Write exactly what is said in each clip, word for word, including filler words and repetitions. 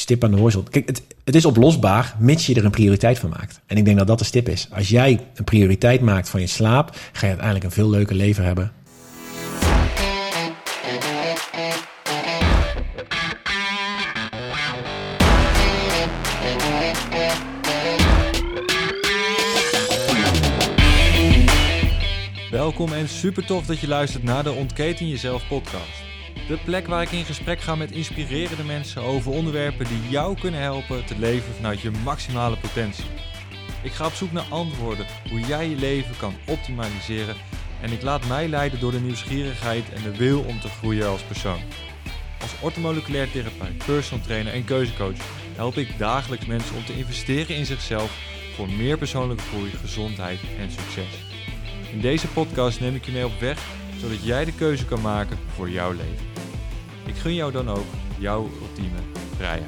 stip aan de horizon. Kijk, het, het is oplosbaar, mits je er een prioriteit van maakt. En ik denk dat dat de stip is. Als jij een prioriteit maakt van je slaap, ga je uiteindelijk een veel leuker leven hebben. Welkom en super tof dat je luistert naar de Ontketen Jezelf podcast. De plek waar ik in gesprek ga met inspirerende mensen over onderwerpen die jou kunnen helpen te leven vanuit je maximale potentie. Ik ga op zoek naar antwoorden hoe jij je leven kan optimaliseren en ik laat mij leiden door de nieuwsgierigheid en de wil om te groeien als persoon. Als orthomoleculair therapeut, personal trainer en keuzecoach help ik dagelijks mensen om te investeren in zichzelf voor meer persoonlijke groei, gezondheid en succes. In deze podcast neem ik je mee op weg, zodat jij de keuze kan maken voor jouw leven. Ik gun jou dan ook jouw ultieme vrijheid.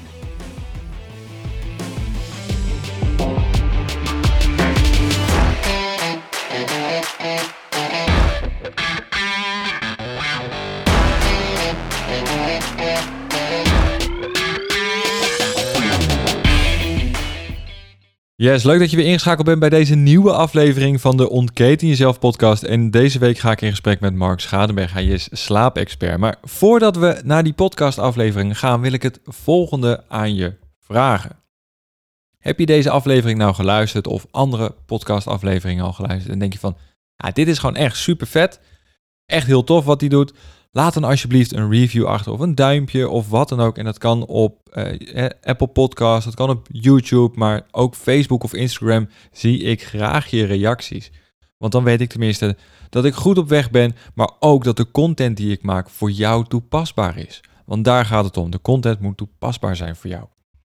Yes, leuk dat je weer ingeschakeld bent bij deze nieuwe aflevering van de Ontketen Jezelf podcast. En deze week ga ik in gesprek met Mark Schadeberg. Hij is slaapexpert. Maar voordat we naar die podcastaflevering gaan, wil ik het volgende aan je vragen. Heb je deze aflevering nou geluisterd of andere podcastafleveringen al geluisterd? En denk je van, ja, dit is gewoon echt super vet. Echt heel tof wat hij doet. Laat dan alsjeblieft een review achter of een duimpje of wat dan ook. En dat kan op uh, Apple Podcasts, dat kan op YouTube, maar ook Facebook of Instagram zie ik graag je reacties. Want dan weet ik tenminste dat ik goed op weg ben, maar ook dat de content die ik maak voor jou toepasbaar is. Want daar gaat het om. De content moet toepasbaar zijn voor jou.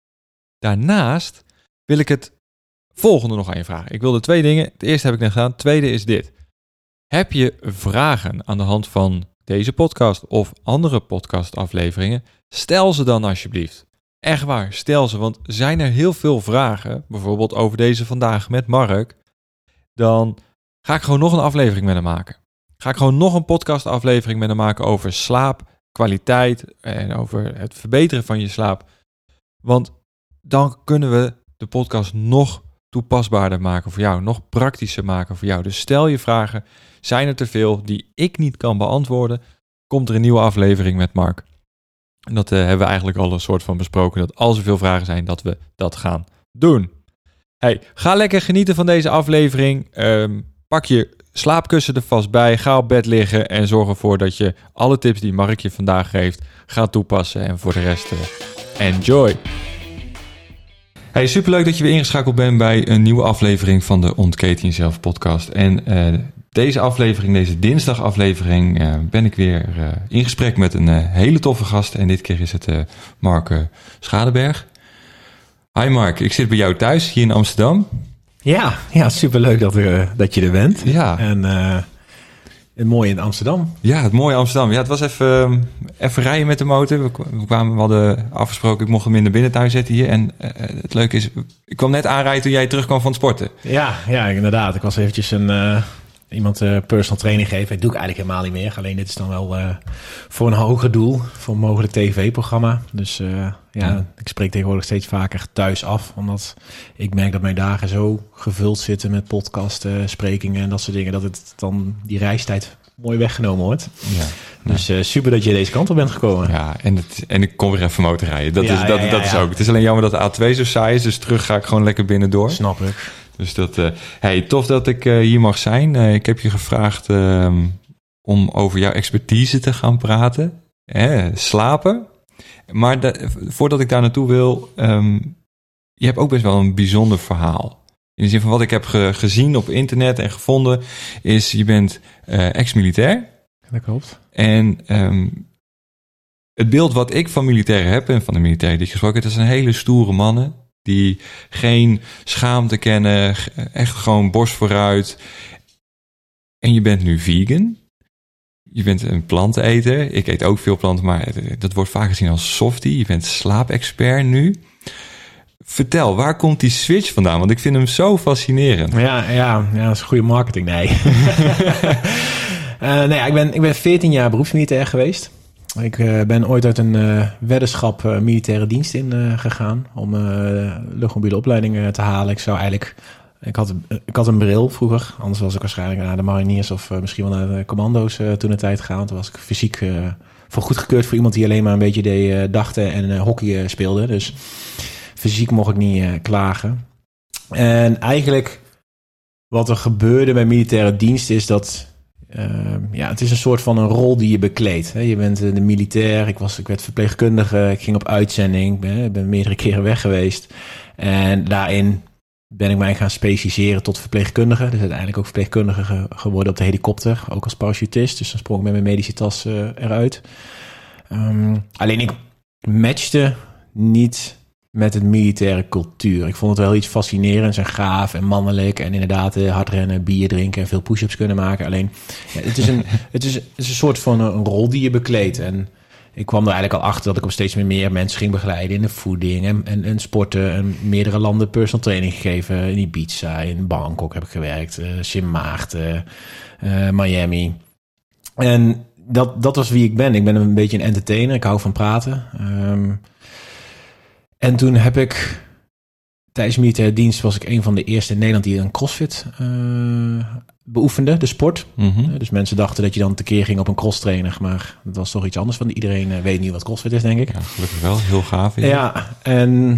Daarnaast wil ik het volgende nog aan je vragen. Ik wilde twee dingen. Het eerste heb ik net gedaan. Het tweede is dit. Heb je vragen aan de hand van deze podcast of andere podcastafleveringen? Stel ze dan alsjeblieft. Echt waar, stel ze, want zijn er heel veel vragen, bijvoorbeeld over deze vandaag met Mark, dan ga ik gewoon nog een aflevering met hem maken. Ga ik gewoon nog een podcastaflevering met hem maken over slaap, kwaliteit en over het verbeteren van je slaap. Want dan kunnen we de podcast nog toepasbaarder maken voor jou, nog praktischer maken voor jou. Dus stel je vragen. Zijn er te veel die ik niet kan beantwoorden, komt er een nieuwe aflevering met Mark. En dat uh, hebben we eigenlijk al een soort van besproken, dat als er veel vragen zijn, dat we dat gaan doen. Hey, ga lekker genieten van deze aflevering. Um, pak je slaapkussen er vast bij, ga op bed liggen en zorg ervoor dat je alle tips die Mark je vandaag geeft, gaat toepassen. En voor de rest, uh, enjoy! Hey, superleuk dat je weer ingeschakeld bent bij een nieuwe aflevering van de Ontketen Jezelf podcast. En uh, deze aflevering, deze dinsdagaflevering, uh, ben ik weer uh, in gesprek met een uh, hele toffe gast. En dit keer is het uh, Mark uh, Schadeberg. Hi Mark, ik zit bij jou thuis hier in Amsterdam. Ja, ja superleuk dat, er, dat je er bent. Ja. En uh, het mooie in Amsterdam. Ja, het mooie Amsterdam. Ja, het was even, uh, even rijden met de motor. We, kwamen, we hadden afgesproken, ik mocht hem in de binnentuin zetten hier. En uh, het leuke is, ik kwam net aanrijden toen jij terugkwam van het sporten. Ja, ja inderdaad. Ik was eventjes een... Uh... iemand uh, personal training geven. Dat doe ik eigenlijk helemaal niet meer. Alleen dit is dan wel uh, voor een hoger doel. Voor een mogelijk tv-programma. Dus uh, ja, ja, ik spreek tegenwoordig steeds vaker thuis af. Omdat ik merk dat mijn dagen zo gevuld zitten met podcasten, sprekingen en dat soort dingen. Dat het dan die reistijd mooi weggenomen wordt. Ja. Dus uh, super dat je deze kant op bent gekomen. Ja, en, het, en ik kom weer even motorrijden. Dat, ja, is, dat, ja, ja, dat ja. is ook. Het is alleen jammer dat de A twee zo saai is. Dus terug ga ik gewoon lekker binnendoor. Snap ik. Dus dat, uh, hey, tof dat ik uh, hier mag zijn. Uh, ik heb je gevraagd uh, om over jouw expertise te gaan praten. Eh, slapen. Maar de, voordat ik daar naartoe wil, um, je hebt ook best wel een bijzonder verhaal. In de zin van wat ik heb ge, gezien op internet en gevonden, is je bent uh, ex-militair. Dat klopt. En um, het beeld wat ik van militairen heb en van de militairen die ik gesproken heb, dat zijn hele stoere mannen. Die geen schaamte kennen, echt gewoon borst vooruit. En je bent nu vegan. Je bent een planteneter. Ik eet ook veel planten, maar dat wordt vaak gezien als softie. Je bent slaapexpert nu. Vertel, waar komt die switch vandaan? Want ik vind hem zo fascinerend. Ja, ja, ja dat is goede marketing, nee. uh, nee, ik ben, ik ben veertien jaar beroepsmilitair geweest. Ik uh, ben ooit uit een uh, weddenschap uh, militaire dienst in uh, gegaan om uh, luchtmobiele opleiding uh, te halen. Ik zou eigenlijk, ik had, uh, ik had een bril vroeger, anders was ik waarschijnlijk naar de mariniers of uh, misschien wel naar de commando's uh, toen de tijd gegaan. Toen was ik fysiek uh, voor goedgekeurd voor iemand die alleen maar een beetje deed, uh, dachten en uh, hockey uh, speelde. Dus fysiek mocht ik niet uh, klagen. En eigenlijk wat er gebeurde bij militaire dienst is dat Uh, ja, het is een soort van een rol die je bekleedt. Hè. Je bent uh, de militair, ik, was, ik werd verpleegkundige, ik ging op uitzending, ben, ben meerdere keren weg geweest. En daarin ben ik mij gaan specialiseren tot verpleegkundige. Dus uiteindelijk ook verpleegkundige ge- geworden op de helikopter, ook als parachutist. Dus dan sprong ik met mijn medische tas uh, eruit. Um, alleen ik matchte niet met het militaire cultuur. Ik vond het wel iets fascinerends en gaaf en mannelijk. En inderdaad uh, hard rennen, bier drinken en veel push-ups kunnen maken. Alleen, ja, het, is een, het, is, het is een soort van een rol die je bekleedt. En ik kwam er eigenlijk al achter dat ik op steeds meer, meer mensen ging begeleiden in de voeding en, en, en sporten. En meerdere landen personal training gegeven. In Ibiza, in Bangkok heb ik gewerkt. Uh, Sint Maarten, uh, Miami. En dat, dat was wie ik ben. Ik ben een beetje een entertainer. Ik hou van praten. Um, En toen heb ik, tijdens militaire dienst was ik een van de eerste in Nederland die een crossfit uh, beoefende, de sport. Mm-hmm. Uh, dus mensen dachten dat je dan tekeer ging op een crosstrainer, maar dat was toch iets anders, want iedereen uh, weet niet wat crossfit is, denk ik. Ja, gelukkig wel, heel gaaf. Ja. ja, en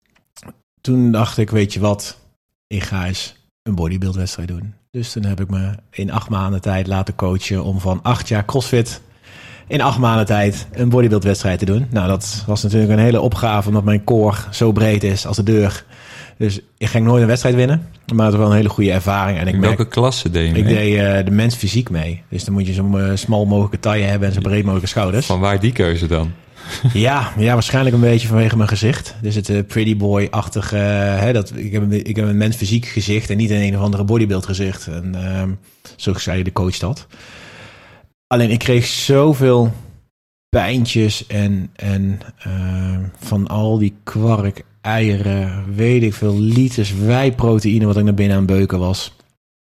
toen dacht ik, weet je wat, ik ga eens een bodybuildwedstrijd doen. Dus toen heb ik me in acht maanden tijd laten coachen om van acht jaar crossfit in acht maanden tijd een bodybuildwedstrijd te doen. Nou, dat was natuurlijk een hele opgave, omdat mijn core zo breed is als de deur. Dus ik ging nooit een wedstrijd winnen, maar het was wel een hele goede ervaring. En ik in welke merk, klasse deed je mee? Ik deed uh, de mens fysiek mee. Dus dan moet je zo'n uh, smal mogelijke taille hebben en zo breed mogelijke schouders. Van waar die keuze dan? ja, ja, waarschijnlijk een beetje vanwege mijn gezicht. Dus het uh, pretty boy-achtige. Uh, hè, dat, ik, heb een, ik heb een mens fysiek gezicht en niet een een of andere bodybuild gezicht. En uh, zo zei de coach dat. Alleen ik kreeg zoveel pijntjes en, en uh, van al die kwark, eieren, weet ik veel, liters wijproteïne wat ik naar binnen aan het beuken was.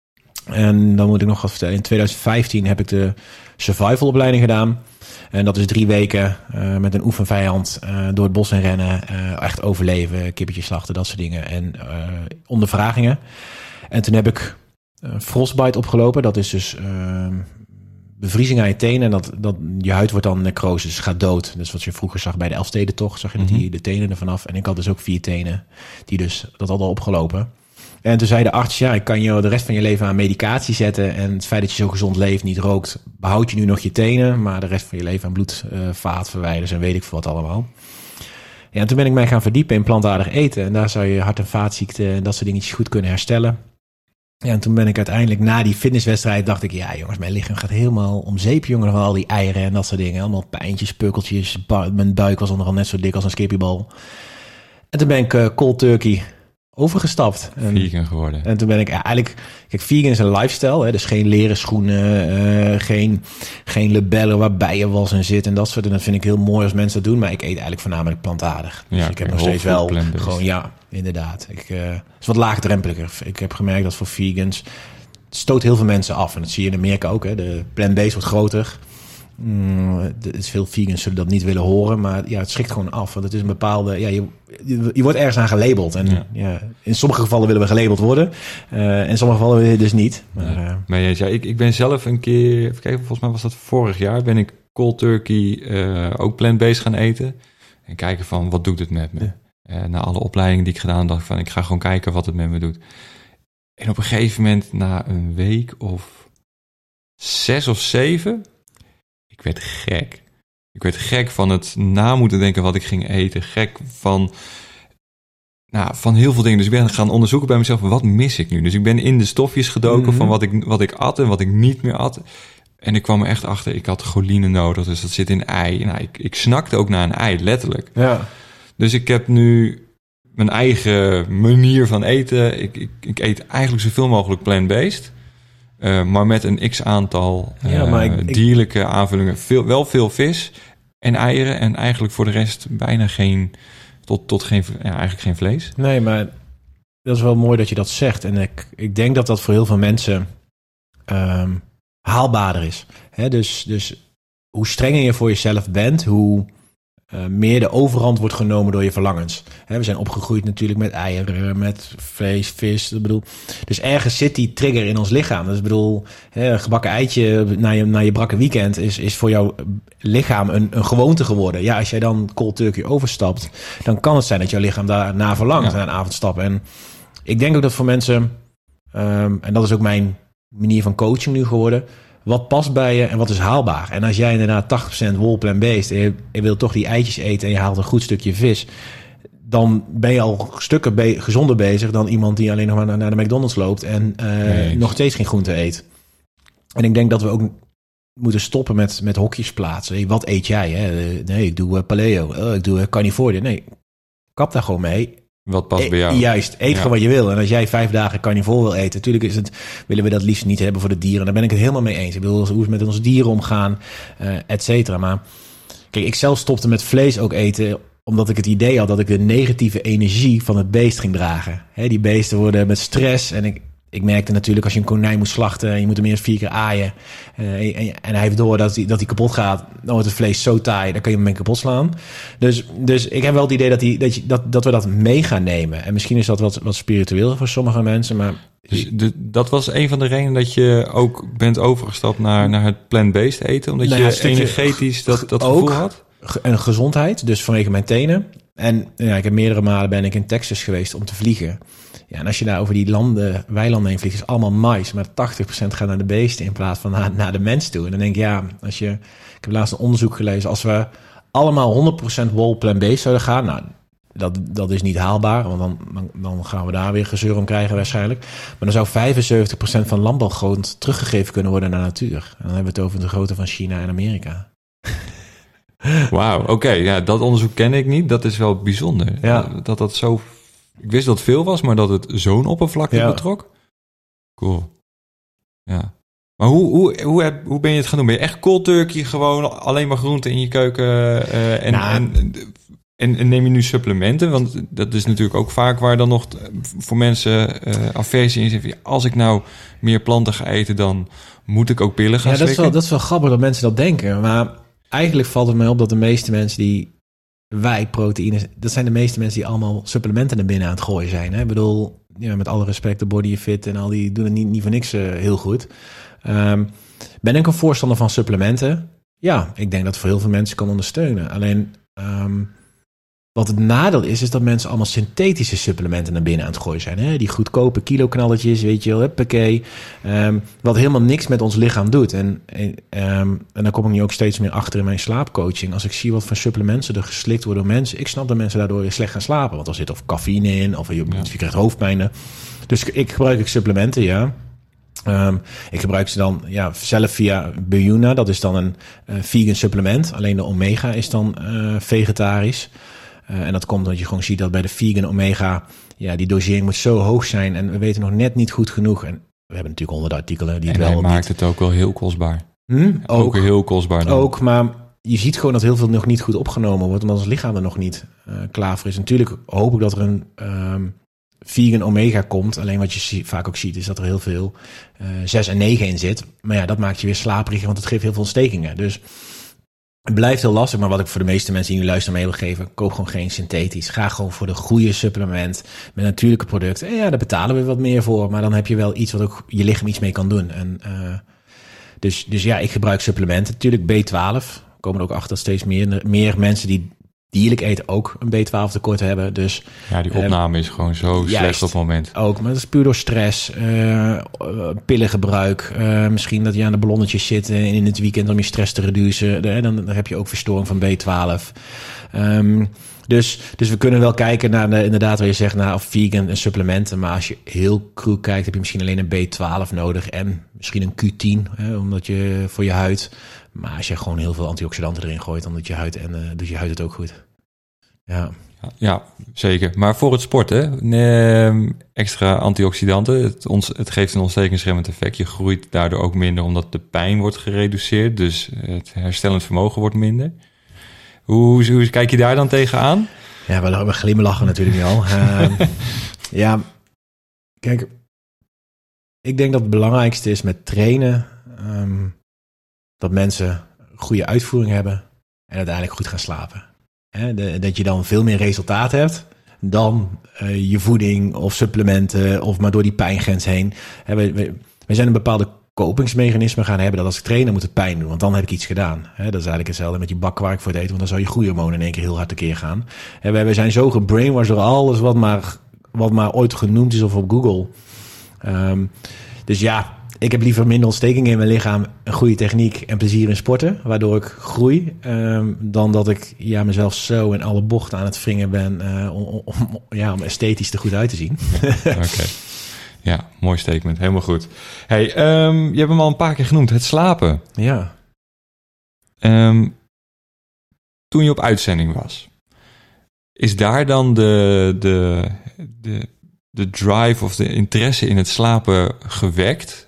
En dan moet ik nog wat vertellen. In twintig vijftien heb ik de survivalopleiding gedaan. En dat is drie weken uh, met een oefenvijand uh, door het bos en rennen. Uh, echt overleven, kippetjes slachten, dat soort dingen. En uh, ondervragingen. En toen heb ik uh, frostbite opgelopen. Dat is dus uh, bevriezing aan je tenen. En dat, dat, je huid wordt dan necrose, dus gaat dood. Dus wat je vroeger zag bij de Elfstedentocht, zag je dat die de tenen ervan af. En ik had dus ook vier tenen, die dus dat hadden opgelopen. En toen zei de arts, ja, ik kan je de rest van je leven aan medicatie zetten. En het feit dat je zo gezond leeft, niet rookt, behoud je nu nog je tenen. Maar de rest van je leven aan bloedvaat uh, verwijderen en weet ik veel wat allemaal. Ja, en toen ben ik mij gaan verdiepen in plantaardig eten. En daar zou je hart- en vaatziekten en dat soort dingetjes goed kunnen herstellen. Ja, en toen ben ik uiteindelijk na die fitnesswedstrijd, dacht ik, ja jongens, mijn lichaam gaat helemaal om zeep, jongen, van al die eieren en dat soort dingen. Allemaal pijntjes, pukkeltjes, bu- mijn buik was onderal net zo dik als een skippiebal. En toen ben ik uh, cold turkey overgestapt. En, vegan geworden. En toen ben ik ja, eigenlijk... Kijk, vegan is een lifestyle. Hè, dus geen leren schoenen, uh, geen, geen labellen waar bijen was en zit en dat soort. En dat vind ik heel mooi als mensen dat doen. Maar ik eet eigenlijk voornamelijk plantaardig. Dus ja, ik heb nog steeds wel blenders. gewoon... Ja, inderdaad. Ik, uh, het is wat laagdrempeliger. Ik heb gemerkt dat voor vegans... Het stoot heel veel mensen af. En dat zie je in Amerika ook. Hè. De plant-based wordt groter. Mm, het is veel vegans zullen dat niet willen horen, maar ja, het schrikt gewoon af, want het is een bepaalde, ja, je, je, je wordt ergens aan gelabeld en ja. Ja, in sommige gevallen willen we gelabeld worden, uh, in sommige gevallen willen we dus niet. Maar, ja. uh, maar ja, ik, ik ben zelf een keer, even kijken, volgens mij was dat vorig jaar, ben ik cold turkey uh, ook plant-based gaan eten en kijken van wat doet het met me. Ja. Uh, na alle opleidingen die ik gedaan heb, dacht ik van ik ga gewoon kijken wat het met me doet. En op een gegeven moment, na een week of zes of zeven. Ik werd gek. Ik werd gek van het na moeten denken wat ik ging eten. Gek van, nou, van heel veel dingen. Dus ik ben gaan onderzoeken bij mezelf, wat mis ik nu? Dus ik ben in de stofjes gedoken mm-hmm. van wat ik, wat ik at en wat ik niet meer at. En ik kwam er echt achter, ik had choline nodig. Dus dat zit in ei. Nou, ik, ik snakte ook naar een ei, letterlijk. Ja. Dus ik heb nu mijn eigen manier van eten. Ik, ik, ik eet eigenlijk zoveel mogelijk plant-based. Uh, maar met een x-aantal uh, ja, maar ik, dierlijke ik... aanvullingen. Veel, wel veel vis en eieren. En eigenlijk voor de rest bijna geen... Tot, tot geen, ja, eigenlijk geen vlees. Nee, maar dat is wel mooi dat je dat zegt. En ik, ik denk dat dat voor heel veel mensen um, haalbaarder is. Hè, dus, dus hoe strenger je voor jezelf bent, hoe uh, meer de overhand wordt genomen door je verlangens. Hè, we zijn opgegroeid natuurlijk met eieren, met vlees, vis. Ik bedoel, dus ergens zit die trigger in ons lichaam. Dus ik bedoel, hè, gebakken eitje na je, na je brakke weekend is, is voor jouw lichaam een, een gewoonte geworden. Ja, als jij dan cold turkey overstapt, dan kan het zijn dat jouw lichaam daarna verlangt ja. naar een avondstap. En ik denk ook dat voor mensen, um, en dat is ook mijn manier van coaching nu geworden, wat past bij je en wat is haalbaar. En als jij inderdaad tachtig procent wol plant-based en je, je wil toch die eitjes eten en je haalt een goed stukje vis, dan ben je al stukken be- gezonder bezig dan iemand die alleen nog maar naar de McDonald's loopt en uh, nee, nog steeds geen groente eet. En ik denk dat we ook moeten stoppen met, met hokjes plaatsen. Hey, wat eet jij? Hè? Nee, ik doe uh, paleo. Oh, ik doe uh, carnivore. Nee, kap daar gewoon mee. Wat past bij jou. Juist, eet ja. gewoon wat je wil. En als jij vijf dagen carnivore wil eten, natuurlijk is het, willen we dat liefst niet hebben voor de dieren. Daar ben ik het helemaal mee eens. Ik bedoel, hoe we met onze dieren omgaan, uh, et cetera. Maar kijk, ik zelf stopte met vlees ook eten, omdat ik het idee had dat ik de negatieve energie van het beest ging dragen. He, die beesten worden met stress. En ik, ik merkte natuurlijk als je een konijn moet slachten en je moet hem eerst vier keer aaien. Uh, en, en hij heeft door dat hij, dat hij kapot gaat. Dan wordt het vlees zo taai, dan kun je hem mee kapot slaan. Dus, dus ik heb wel het idee dat, die, dat, je, dat, dat we dat mee gaan nemen. En misschien is dat wat, wat spiritueel voor sommige mensen. Maar dus de, dat was een van de redenen dat je ook bent overgestapt naar, naar het plant-based eten. Omdat nou ja, je energetisch dat, dat gevoel had? En gezondheid, dus vanwege mijn tenen. En ja, ik heb meerdere malen ben ik in Texas geweest om te vliegen. Ja, en als je daar over die landen, weilanden heen vliegt, is allemaal mais. Maar tachtig procent gaat naar de beesten in plaats van naar, naar de mens toe. En dan denk ik, ja, als je, ik heb laatst een onderzoek gelezen. Als we allemaal honderd procent wol plant-based zouden gaan, nou, dat, dat is niet haalbaar. Want dan, dan, dan gaan we daar weer gezeur om krijgen waarschijnlijk. Maar dan zou vijfenzeventig procent van landbouwgrond teruggegeven kunnen worden naar natuur. En dan hebben we het over de grootte van China en Amerika. Wauw, oké. Okay, ja, dat onderzoek ken ik niet. Dat is wel bijzonder. Ja. Dat dat zo... Ik wist dat het veel was, maar dat het zo'n oppervlakte ja. betrok. Cool. Ja. Maar hoe, hoe, hoe, heb, hoe ben je het gaan doen? Ben je echt cold turkey, gewoon alleen maar groenten in je keuken? Uh, en, nou, en, en, en neem je nu supplementen? Want dat is natuurlijk ook vaak waar dan nog voor mensen uh, aversie in zit. Als ik nou meer planten ga eten, dan moet ik ook pillen gaan ja, dat slikken. Is wel, dat is wel grappig dat mensen dat denken. Maar eigenlijk valt het mij op dat de meeste mensen die wij proteïne, dat zijn de meeste mensen die allemaal supplementen naar binnen aan het gooien zijn. Hè? Ik bedoel, ja, met alle respect, de Body Fit en al die doen het niet, niet voor niks uh, heel goed. Um, ben ik een voorstander van supplementen? Ja, ik denk dat het voor heel veel mensen kan ondersteunen. Alleen, um, wat het nadeel is, is dat mensen allemaal synthetische supplementen naar binnen aan het gooien zijn. Hè? Die goedkope kiloknalletjes, weet je wel, huppakee. Um, wat helemaal niks met ons lichaam doet. En, um, en dan kom ik nu ook steeds meer achter in mijn slaapcoaching. Als ik zie wat voor supplementen er geslikt worden door mensen. Ik snap dat mensen daardoor slecht gaan slapen. Want er zit of cafeïne in, of je, ja. je krijgt hoofdpijn. Dus ik gebruik ik supplementen, ja. Um, ik gebruik ze dan ja, zelf via Biuna. Dat is dan een uh, vegan supplement. Alleen de omega is dan uh, vegetarisch. Uh, en dat komt omdat je gewoon ziet dat bij de vegan omega, ja, die dosering moet zo hoog zijn. En we weten nog net niet goed genoeg. En we hebben natuurlijk honderd artikelen die en het wel hij maakt niet... het ook wel heel kostbaar. Hm? Ook, ook heel kostbaar dan. Ook, maar je ziet gewoon dat heel veel nog niet goed opgenomen wordt, omdat ons lichaam er nog niet uh, klaar voor is. Natuurlijk hoop ik dat er een um, vegan omega komt. Alleen wat je vaak ook ziet is dat er heel veel uh, zes en negen in zit. Maar ja, dat maakt je weer slaperiger, want het geeft heel veel ontstekingen. Dus het blijft heel lastig, maar wat ik voor de meeste mensen die nu luisteren mee wil geven, koop gewoon geen synthetisch. Ga gewoon voor de goede supplement met natuurlijke producten. En ja, daar betalen we wat meer voor, maar dan heb je wel iets wat ook je lichaam iets mee kan doen. En, uh, dus, dus ja, ik gebruik supplementen. Natuurlijk B twaalf. We komen er ook achter dat steeds meer, meer mensen die dierlijk eten ook een B twaalf tekort hebben. Dus, ja, die opname uh, is gewoon zo juist, slecht op het moment. Ook, maar dat is puur door stress, uh, pillengebruik. Uh, misschien dat je aan de ballonnetjes zit in het weekend om je stress te reduceren. Dan, dan heb je ook verstoring van B twaalf. Um, dus, dus we kunnen wel kijken naar de, inderdaad wat je zegt, naar vegan en supplementen. Maar als je heel cru kijkt, heb je misschien alleen een B twaalf nodig en misschien een Q tien, hè, omdat je voor je huid. Maar als je gewoon heel veel antioxidanten erin gooit, dan doet je huid en uh, doet je huid het ook goed. Ja. Ja, ja, zeker. Maar voor het sporten, nee, extra antioxidanten. Het, ons, het geeft een ontstekingsremmend effect. Je groeit daardoor ook minder omdat de pijn wordt gereduceerd. Dus het herstellend vermogen wordt minder. Hoe, hoe kijk je daar dan tegenaan? Ja, we, we glimlachen natuurlijk nu al. Uh, ja, kijk, ik denk dat het belangrijkste is met trainen, um, dat mensen goede uitvoering hebben en uiteindelijk goed gaan slapen. Hè, de, dat je dan veel meer resultaat hebt dan uh, je voeding of supplementen of maar door die pijngrens heen. Hè, we, we, we zijn een bepaalde kopingsmechanisme gaan hebben dat als ik trainen moet het pijn doen, want dan heb ik iets gedaan. Hè, dat is eigenlijk hetzelfde met die bak waar ik voor het eten, want dan zou je groeihormonen in één keer heel hard tekeer gaan. Hè, we, we zijn zo gebrainwashed door alles wat maar, wat maar ooit genoemd is of op Google. Um, dus ja, ik heb liever minder ontstekingen in mijn lichaam, een goede techniek en plezier in sporten, waardoor ik groei, um, dan dat ik ja, mezelf zo in alle bochten aan het wringen ben uh, om, om, ja, om esthetisch er goed uit te zien. Oké. Okay. Ja, mooi statement. Helemaal goed. Hey, um, je hebt hem al een paar keer genoemd, het slapen. Ja. Um, toen je op uitzending was, is daar dan de, de, de, de drive of de interesse in het slapen gewekt?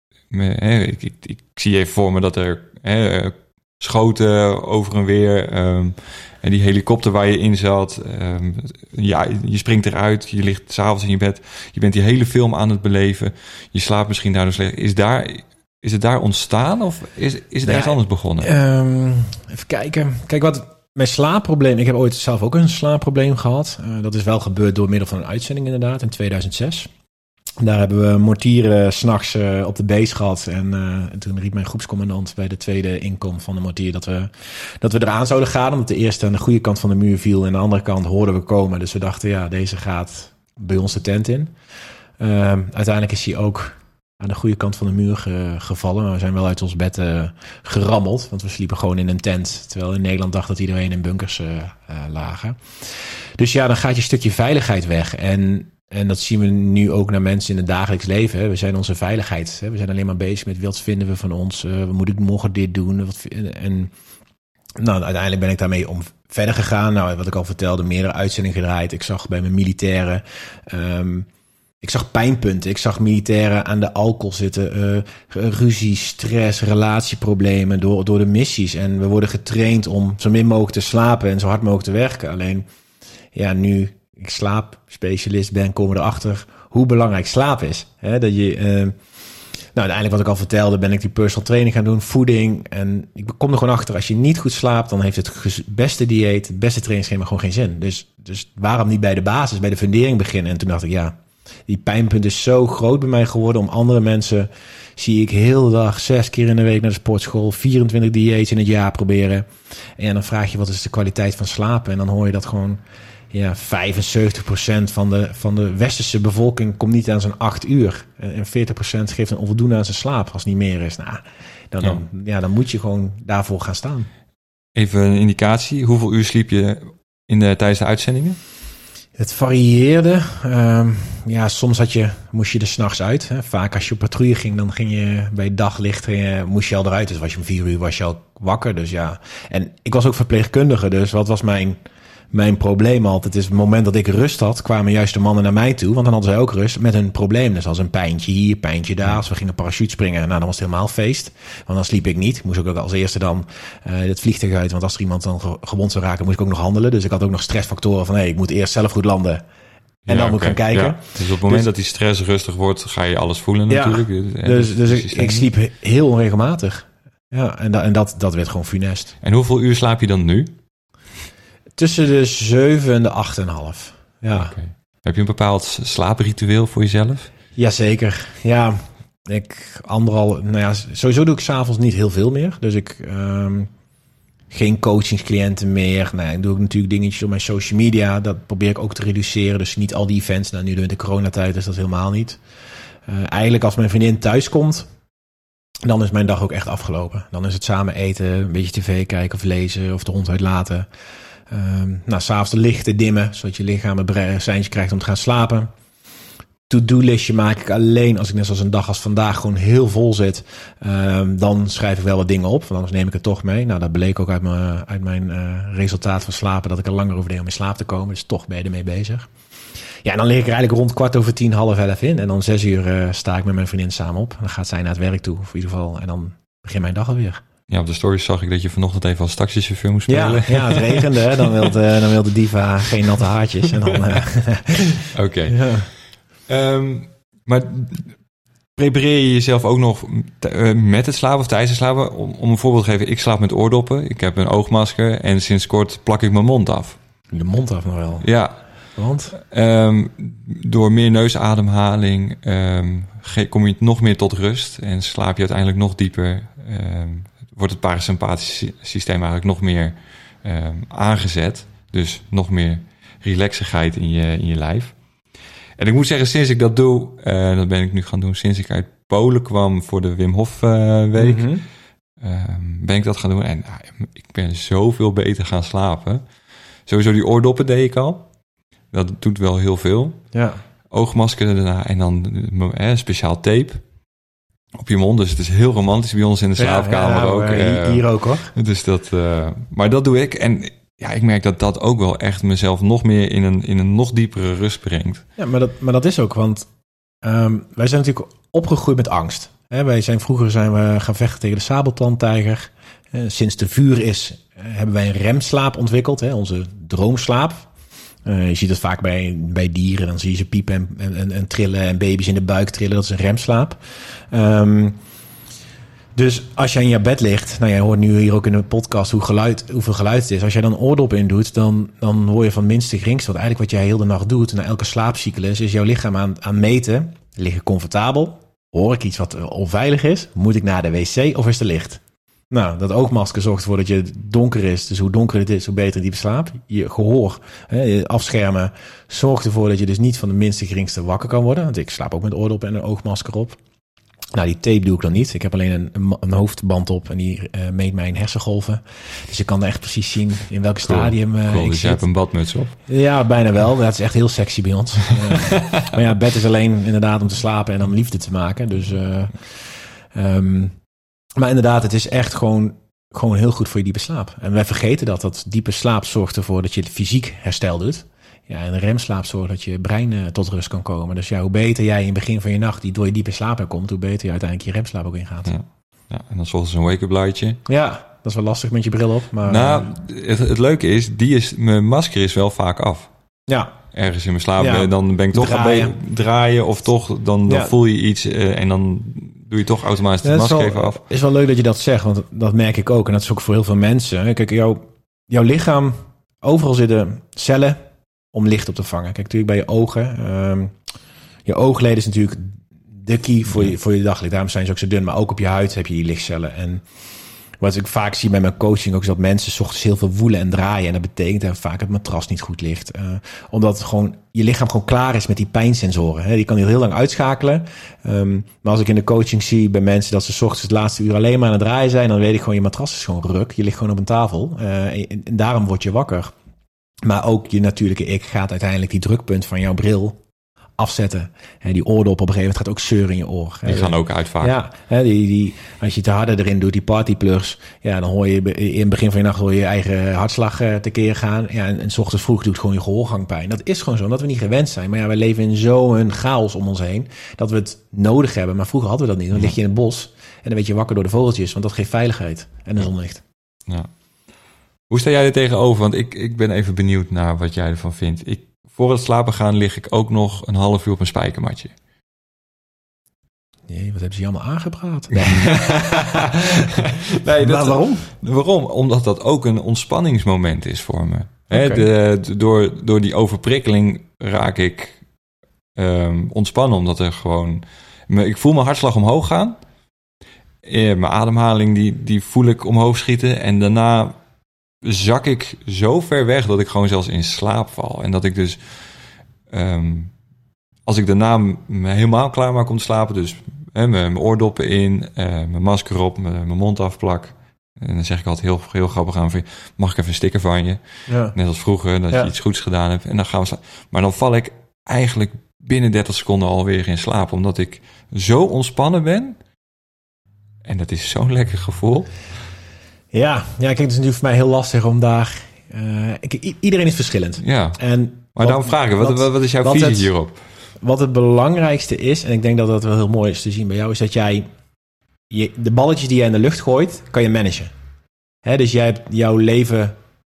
Ik, ik, ik zie even voor me dat er hè, schoten over en weer. Um, en die helikopter waar je in zat. Um, ja, je springt eruit. Je ligt 's avonds in je bed. Je bent die hele film aan het beleven. Je slaapt misschien daardoor slecht. Is, daar, is het daar ontstaan of is, is het ja, ergens anders begonnen? Um, even kijken. Kijk, wat mijn slaapprobleem... Ik heb ooit zelf ook een slaapprobleem gehad. Uh, dat is wel gebeurd door middel van een uitzending inderdaad in tweeduizend zes. Daar hebben we mortieren 's nachts uh, op de base gehad. En, uh, en toen riep mijn groepscommandant bij de tweede inkom van de mortier dat we, dat we eraan zouden gaan. Omdat de eerste aan de goede kant van de muur viel. En aan de andere kant hoorden we komen. Dus we dachten, ja, deze gaat bij ons de tent in. Uh, uiteindelijk is hij ook aan de goede kant van de muur ge, gevallen. Maar we zijn wel uit ons bed uh, gerammeld. Want we sliepen gewoon in een tent. Terwijl in Nederland dacht dat iedereen in bunkers uh, uh, lagen. Dus ja, dan gaat je stukje veiligheid weg. En... En dat zien we nu ook naar mensen in het dagelijks leven. Hè. We zijn onze veiligheid. Hè. We zijn alleen maar bezig met wat vinden we van ons. Uh, wat moet ik morgen dit doen? Wat, en nou, uiteindelijk ben ik daarmee om verder gegaan. Nou, wat ik al vertelde, meerdere uitzendingen gedraaid. Ik zag bij mijn militairen... Um, ik zag pijnpunten. Ik zag militairen aan de alcohol zitten. Uh, ruzie, stress, relatieproblemen door, door de missies. En we worden getraind om zo min mogelijk te slapen en zo hard mogelijk te werken. Alleen, ja, nu... ik slaapspecialist ben, komen we erachter hoe belangrijk slaap is. He, dat je, uh, nou, uiteindelijk wat ik al vertelde, ben ik die personal training gaan doen, voeding. En ik kom er gewoon achter, als je niet goed slaapt, dan heeft het beste dieet, het beste trainingsschema gewoon geen zin. Dus, dus waarom niet bij de basis, bij de fundering beginnen? En toen dacht ik, ja, die pijnpunt is zo groot bij mij geworden. Om andere mensen zie ik heel de dag, zes keer in de week naar de sportschool, vierentwintig dieets in het jaar proberen. En ja, dan vraag je, wat is de kwaliteit van slapen? En dan hoor je dat gewoon... ja, vijfenzeventig procent van de, van de westerse bevolking komt niet aan zijn acht uur. En veertig procent geeft een onvoldoende aan zijn slaap als het niet meer is. Nou, dan, dan, ja. Ja, dan moet je gewoon daarvoor gaan staan. Even een indicatie. Hoeveel uur sliep je in de, tijdens de uitzendingen? Het varieerde. Um, ja, soms had je, moest je er 's nachts uit. Hè. Vaak als je op patrouille ging, dan ging je bij daglicht, je, moest je al eruit. Dus was je om vier uur was je al wakker. Dus ja. En ik was ook verpleegkundige, dus wat was mijn... Mijn probleem altijd is, het moment dat ik rust had, kwamen juist de mannen naar mij toe. Want dan hadden zij ook rust met hun probleem. Dus als een pijntje hier, pijntje daar. Als we gingen parachute springen, nou dan was het helemaal feest. Want dan sliep ik niet. Ik moest ook als eerste dan uh, het vliegtuig uit. Want als er iemand dan gewond zou raken, moest ik ook nog handelen. Dus ik had ook nog stressfactoren van, hé, hey, ik moet eerst zelf goed landen. En ja, dan moet ik okay. gaan kijken. Ja. Dus op het moment dus, dat die stress rustig wordt, ga je alles voelen natuurlijk. Ja, dus dus ik, ik sliep heel onregelmatig. Ja, en, da, en dat, dat werd gewoon funest. En hoeveel uur slaap je dan nu? Tussen de zeven en de acht en half. Ja. Okay. Heb je een bepaald slaapritueel voor jezelf? Jazeker. Ja, ik anderhalf. Nou ja, sowieso doe ik 's avonds niet heel veel meer. Dus ik um, geen coachingscliënten meer. Nou, ik doe ook natuurlijk dingetjes op mijn social media. Dat probeer ik ook te reduceren. Dus niet al die events. Nou, nu in de coronatijd is dat helemaal niet. Uh, eigenlijk als mijn vriendin thuis komt, dan is mijn dag ook echt afgelopen. Dan is het samen eten, een beetje tv kijken of lezen of de hond uitlaten. Um, nou, 's avonds de lichten dimmen, zodat je lichaam een seintje krijgt om te gaan slapen. To-do-listje maak ik alleen als ik net zoals een dag als vandaag gewoon heel vol zit. Um, dan schrijf ik wel wat dingen op, want anders neem ik het toch mee. Nou, dat bleek ook uit mijn, uit mijn uh, resultaat van slapen, dat ik er langer over deed om in slaap te komen. Dus toch ben je ermee bezig. Ja, en dan lig ik er eigenlijk rond kwart over tien, half elf in. En dan zes uur uh, sta ik met mijn vriendin samen op. Dan gaat zij naar het werk toe, of in ieder geval. En dan begint mijn dag alweer. Ja, op de stories zag ik dat je vanochtend even als taxichauffeur moest spelen. Ja, ja, het regende. Hè? Dan wilde uh, dan wil de diva geen natte haartjes. En dan. Uh... Oké. Okay. Ja. Um, maar prepareer je jezelf ook nog t- uh, met het slapen of tijdens het slapen? Om, om een voorbeeld te geven, ik slaap met oordoppen. Ik heb een oogmasker en sinds kort plak ik mijn mond af. De mond af nog wel. Ja. Want? Um, door meer neusademhaling um, ge- kom je nog meer tot rust en slaap je uiteindelijk nog dieper. Um, wordt het parasympathische systeem eigenlijk nog meer um, aangezet. Dus nog meer relaxigheid in je, in je lijf. En ik moet zeggen, sinds ik dat doe, uh, dat ben ik nu gaan doen sinds ik uit Polen kwam voor de Wim Hof uh, week, mm-hmm. um, ben ik dat gaan doen. En uh, ik ben zoveel beter gaan slapen. Sowieso die oordoppen deed ik al. Dat doet wel heel veel. Ja. Oogmasker daarna en dan eh, speciaal tape op je mond. Dus het is heel romantisch bij ons in de slaapkamer ja, ja, ook. Hier, hier ook hoor. Dus dat, uh, maar dat doe ik. En ja, ik merk dat dat ook wel echt mezelf nog meer in een, in een nog diepere rust brengt. Ja, maar dat, maar dat is ook, want um, wij zijn natuurlijk opgegroeid met angst. Hè, wij zijn, vroeger zijn we gaan vechten tegen de sabeltandtijger. Uh, sinds de vuur is, uh, hebben wij een remslaap ontwikkeld. Hè, onze droomslaap. Uh, je ziet het vaak bij, bij dieren. Dan zie je ze piepen en, en, en trillen en baby's in de buik trillen. Dat is een remslaap. Um, dus als jij in je bed ligt... Nou, jij hoort nu hier ook in de podcast hoe geluid, hoeveel geluid het is. Als jij dan oordop in doet, dan, dan hoor je van minste geringste. Want eigenlijk wat jij heel de nacht doet... na elke slaapcyclus is jouw lichaam aan, aan meten. Lig ik comfortabel? Hoor ik iets wat onveilig is? Moet ik naar de wc of is er licht? Nou, dat oogmasker zorgt ervoor dat je donker is. Dus hoe donker het is, hoe beter diepe slaap. Je gehoor, hè, je afschermen, zorgt ervoor dat je dus niet van de minste geringste wakker kan worden. Want ik slaap ook met oordop en een oogmasker op. Nou, die tape doe ik dan niet. Ik heb alleen een, een, een hoofdband op en die uh, meet mijn hersengolven. Dus ik kan echt precies zien in welk cool. stadium uh, cool, ik dus zit. Je hebt een badmuts op? Ja, bijna wel. Dat is echt heel sexy bij ons. uh, maar ja, bed is alleen inderdaad om te slapen en om liefde te maken. Dus... Uh, um, Maar inderdaad, het is echt gewoon, gewoon heel goed voor je diepe slaap. En wij vergeten dat. Dat diepe slaap zorgt ervoor dat je het fysiek herstel doet. Ja, en een remslaap zorgt dat je brein uh, tot rust kan komen. Dus ja, hoe beter jij in het begin van je nacht die door je diepe slaap komt, hoe beter je uiteindelijk je remslaap ook ingaat. Ja, ja en dan volgens een wake-up lightje. Ja, dat is wel lastig met je bril op. Maar, nou, het, het leuke is, die is, mijn masker is wel vaak af. Ja. Ergens in mijn slaap, ja. dan ben ik toch draaien. gaan be- draaien of toch, dan, dan ja. voel je iets uh, en dan doe je toch automatisch de ja, masker even af. Het is wel leuk dat je dat zegt, want dat merk ik ook. En dat is ook voor heel veel mensen. Kijk, jouw, jouw lichaam, overal zitten cellen om licht op te vangen. Kijk, natuurlijk bij je ogen. Um, je oogleden is natuurlijk de key voor je, voor je daglicht. Daarom zijn ze ook zo dun. Maar ook op je huid heb je die lichtcellen. En wat ik vaak zie bij mijn coaching ook is dat mensen 's ochtends heel veel woelen en draaien. En dat betekent dat vaak het matras niet goed ligt. Uh, omdat het gewoon, je lichaam gewoon klaar is met die pijnsensoren. Hè. Die kan heel lang uitschakelen. Um, maar als ik in de coaching zie bij mensen dat ze 's ochtends het laatste uur alleen maar aan het draaien zijn, dan weet ik gewoon, je matras is gewoon ruk. Je ligt gewoon op een tafel. Uh, en, en daarom word je wakker. Maar ook je natuurlijke ik gaat uiteindelijk die drukpunt van jouw bril afzetten. He, die oordop op een gegeven moment gaat ook zeuren in je oor. Die gaan ook uit vaak. Ja, he, die, die, als je te harder erin doet, die partyplugs, ja, dan hoor je in het begin van je nacht hoor je, je eigen hartslag uh, tekeer gaan. Ja, en, en 's ochtends vroeg doet gewoon je gehoorgang pijn. Dat is gewoon zo, omdat we niet gewend zijn. Maar ja, we leven in zo'n chaos om ons heen, dat we het nodig hebben. Maar vroeger hadden we dat niet. Dan lig je in het bos en dan werd je wakker door de vogeltjes, want dat geeft veiligheid en een zonlicht. Ja. Hoe sta jij er tegenover? Want ik, ik ben even benieuwd naar wat jij ervan vindt. Ik Voor het slapen gaan lig ik ook nog een half uur op een spijkermatje. Nee, wat hebben ze je allemaal aangepraat? Nee, nee dat, maar waarom? Waarom? Omdat dat ook een ontspanningsmoment is voor me. Okay. He, de, de, door, door die overprikkeling raak ik um, ontspannen. Omdat er gewoon... Me, ik voel mijn hartslag omhoog gaan. Eh, mijn ademhaling die, die voel ik omhoog schieten. En daarna zak ik zo ver weg dat ik gewoon zelfs in slaap val. En dat ik dus... Um, als ik daarna me helemaal klaar maak om te slapen... dus hè, mijn oordoppen in, uh, mijn masker op, mijn, mijn mond afplak... en dan zeg ik altijd heel, heel grappig aan... mag ik even een sticker van je? Ja. Net als vroeger, dat ja. je iets goeds gedaan hebt. En dan gaan we slapen. Maar dan val ik eigenlijk binnen dertig seconden alweer in slaap... omdat ik zo ontspannen ben. En dat is zo'n lekker gevoel... Ja, ja, kijk, het is natuurlijk voor mij heel lastig om daar... Uh, ik, iedereen is verschillend. Ja, en maar wat, daarom vragen, wat, wat, wat is jouw wat visie het, hierop? Wat het belangrijkste is, en ik denk dat dat wel heel mooi is te zien bij jou... is dat jij je, de balletjes die jij in de lucht gooit, kan je managen. Hè, dus jij hebt jouw leven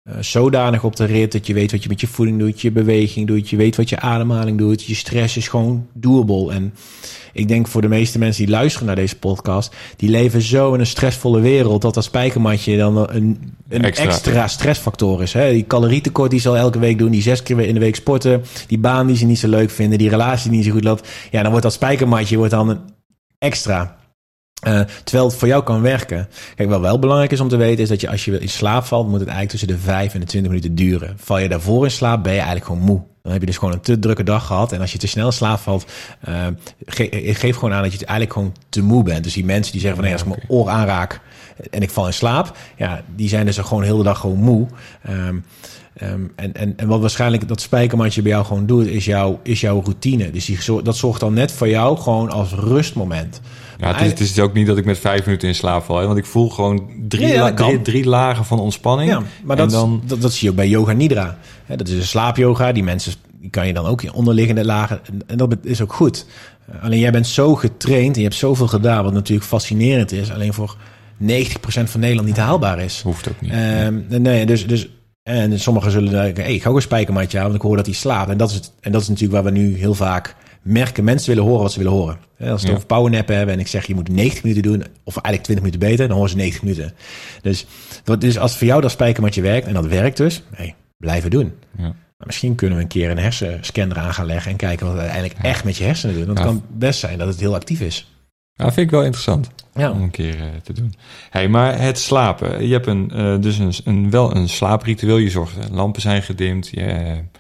uh, zodanig op de rit dat je weet wat je met je voeding doet, je beweging doet, je weet wat je ademhaling doet, je stress is gewoon doable. En ik denk voor de meeste mensen die luisteren naar deze podcast, die leven zo in een stressvolle wereld dat dat spijkermatje dan een, een extra. extra stressfactor is. Hè? Die calorietekort die ze al elke week doen, die zes keer in de week sporten, die baan die ze niet zo leuk vinden, die relatie die niet zo goed loopt. Ja, dan wordt dat spijkermatje wordt dan een extra. Uh, terwijl het voor jou kan werken. Kijk, wat wel belangrijk is om te weten is dat je als je in slaap valt, moet het eigenlijk tussen de vijf en de twintig minuten duren. Val je daarvoor in slaap, ben je eigenlijk gewoon moe. Dan heb je dus gewoon een te drukke dag gehad. En als je te snel in slaap valt, uh, ge- geef gewoon aan dat je eigenlijk gewoon te moe bent. Dus die mensen die zeggen van, nee, als ik mijn oor aanraak en ik val in slaap, ja, die zijn dus gewoon heel de dag gewoon moe. Um, Um, en, en, en wat waarschijnlijk dat spijkermandje bij jou gewoon doet, is, jou, is jouw routine. Dus die, dat zorgt dan net voor jou gewoon als rustmoment. Ja, het is, het is ook niet dat ik met vijf minuten in slaap val. Hè? Want ik voel gewoon drie, ja, ja, la, drie, drie lagen van ontspanning. Ja, maar dat, dan... dat, dat zie je ook bij yoga nidra. He, dat is een slaapyoga. Die mensen die kan je dan ook in onderliggende lagen. En, en dat is ook goed. Uh, alleen jij bent zo getraind en je hebt zoveel gedaan, wat natuurlijk fascinerend is. Alleen voor negentig procent van Nederland niet haalbaar is. Hoeft ook niet. Um, nee, nee, dus... dus En sommigen zullen denken, hey, ik ga ook een spijkermatje aan, want ik hoor dat hij slaapt. En dat is het, en dat is natuurlijk waar we nu heel vaak merken. Mensen willen horen wat ze willen horen. Als we het ja. over powernappen hebben en ik zeg, je moet negentig minuten doen, of eigenlijk twintig minuten beter, dan horen ze negentig minuten. Dus, dus als voor jou dat spijkermatje werkt, en dat werkt dus, hey, blijven doen. Ja. Maar misschien kunnen we een keer een hersenscan eraan gaan leggen en kijken wat we uiteindelijk ja. echt met je hersenen doen. Want ja. het kan best zijn dat het heel actief is. Ja, vind ik wel interessant ja. om een keer uh, te doen. Hey, maar het slapen. Je hebt een, uh, dus een, een, wel een slaapritueel. Je zorgt, uh, lampen zijn gedimd. Je,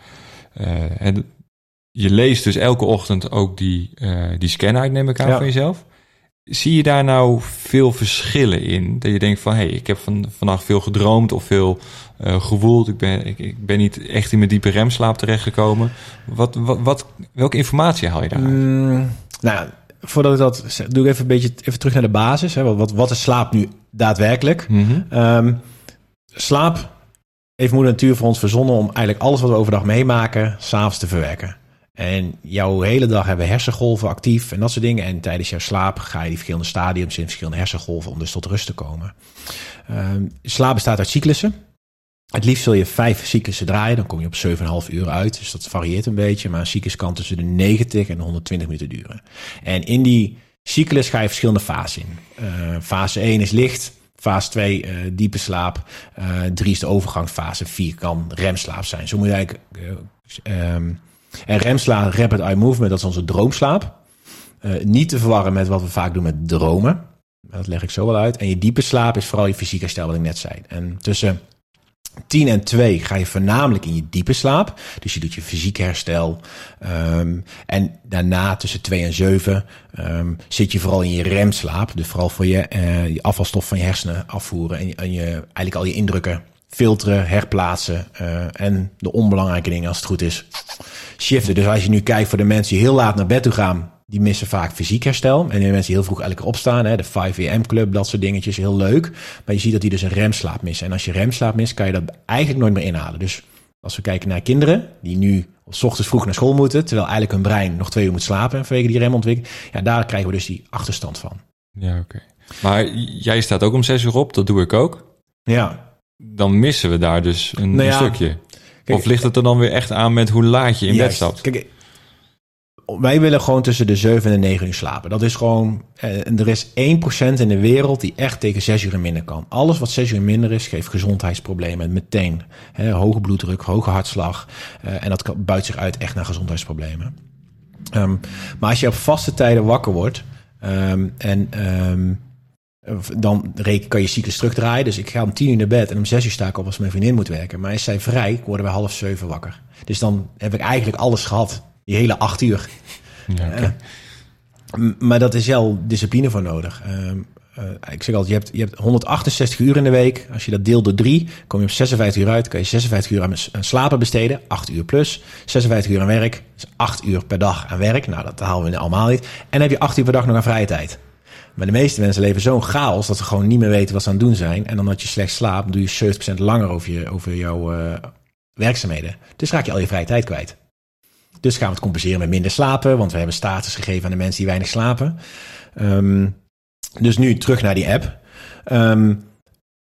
uh, het, je leest dus elke ochtend ook die, uh, die scan uit, neem ik aan, ja. van jezelf. Zie je daar nou veel verschillen in? Dat je denkt van, hé, hey, ik heb van, vannacht veel gedroomd of veel uh, gewoeld. Ik ben, ik, ik ben niet echt in mijn diepe remslaap terechtgekomen. Wat, wat, wat, welke informatie haal je daaruit? Mm, nou Voordat ik dat zeg, doe ik even een beetje even terug naar de basis. Hè. Wat, wat is slaap nu daadwerkelijk? Mm-hmm. Um, slaap heeft moeder natuur voor ons verzonnen om eigenlijk alles wat we overdag meemaken, 's avonds te verwerken. En jouw hele dag hebben hersengolven actief en dat soort dingen. En tijdens jouw slaap ga je die verschillende stadiums in verschillende hersengolven om dus tot rust te komen. Um, slaap bestaat uit cyclussen. Het liefst zul je vijf cyclussen draaien, dan kom je op zeven komma vijf uur uit. Dus dat varieert een beetje, maar een cyclus kan tussen de negentig en honderdtwintig minuten duren. En in die cyclus ga je verschillende fasen in. Uh, fase één is licht, fase twee uh, diepe slaap, uh, drie is de overgangsfase, vier kan remslaap zijn. Zo moet je eigenlijk... Uh, um, en remslaap, rapid eye movement, dat is onze droomslaap. Uh, niet te verwarren met wat we vaak doen met dromen. Dat leg ik zo wel uit. En je diepe slaap is vooral je fysiek herstel, wat ik net zei. En tussen tien en twee ga je voornamelijk in je diepe slaap. Dus je doet je fysiek herstel. Um, en daarna tussen twee en zeven um, zit je vooral in je remslaap. Dus vooral voor je, uh, je afvalstof van je hersenen afvoeren. En je, en je eigenlijk al je indrukken filteren, herplaatsen. Uh, en de onbelangrijke dingen, als het goed is, shiften. Dus als je nu kijkt voor de mensen die heel laat naar bed toe gaan, die missen vaak fysiek herstel. En die mensen die heel vroeg elke keer opstaan, hè, de vijf a m club, dat soort dingetjes, heel leuk. Maar je ziet dat die dus een remslaap missen. En als je remslaap mist, kan je dat eigenlijk nooit meer inhalen. Dus als we kijken naar kinderen die nu 's ochtends vroeg naar school moeten, terwijl eigenlijk hun brein nog twee uur moet slapen vanwege die remontwikkeling, ja, daar krijgen we dus die achterstand van. Ja, oké. Okay. Maar jij staat ook om zes uur op, dat doe ik ook. Ja. Dan missen we daar dus een, nou ja, een stukje. Kijk, of ligt het er dan weer echt aan met hoe laat je in juist, bed stapt? Kijk, wij willen gewoon tussen de zeven en de negen uur slapen. Dat is gewoon... En er is één procent in de wereld die echt tegen zes uur en minder kan. Alles wat zes uur minder is, geeft gezondheidsproblemen. Meteen. He, hoge bloeddruk, hoge hartslag. Uh, en dat buit zich uit echt naar gezondheidsproblemen. Um, maar als je op vaste tijden wakker wordt... Um, en... Um, dan kan je cyclus terugdraaien. Dus ik ga om tien uur naar bed en om zes uur sta ik op als mijn vriendin moet werken. Maar is zij vrij, worden we half zeven wakker. Dus dan heb ik eigenlijk alles gehad. Die hele acht uur. Ja, okay. uh, maar dat is wel discipline voor nodig. Uh, uh, ik zeg altijd, je hebt, je hebt honderdachtenzestig uur in de week. Als je dat deelt door drie, kom je op zesenvijftig uur uit. Kan je zesenvijftig uur aan slapen besteden. acht uur plus. zesenvijftig uur aan werk. Dus acht uur per dag aan werk. Nou, dat halen we allemaal niet. En dan heb je acht uur per dag nog aan vrije tijd. Maar de meeste mensen leven zo'n chaos dat ze gewoon niet meer weten wat ze aan het doen zijn. En dan dat je slecht slaapt, doe je zeventig procent langer over, je, over jouw uh, werkzaamheden. Dus raak je al je vrije tijd kwijt. Dus gaan we het compenseren met minder slapen, want we hebben status gegeven aan de mensen die weinig slapen. Um, dus nu terug naar die app. Um,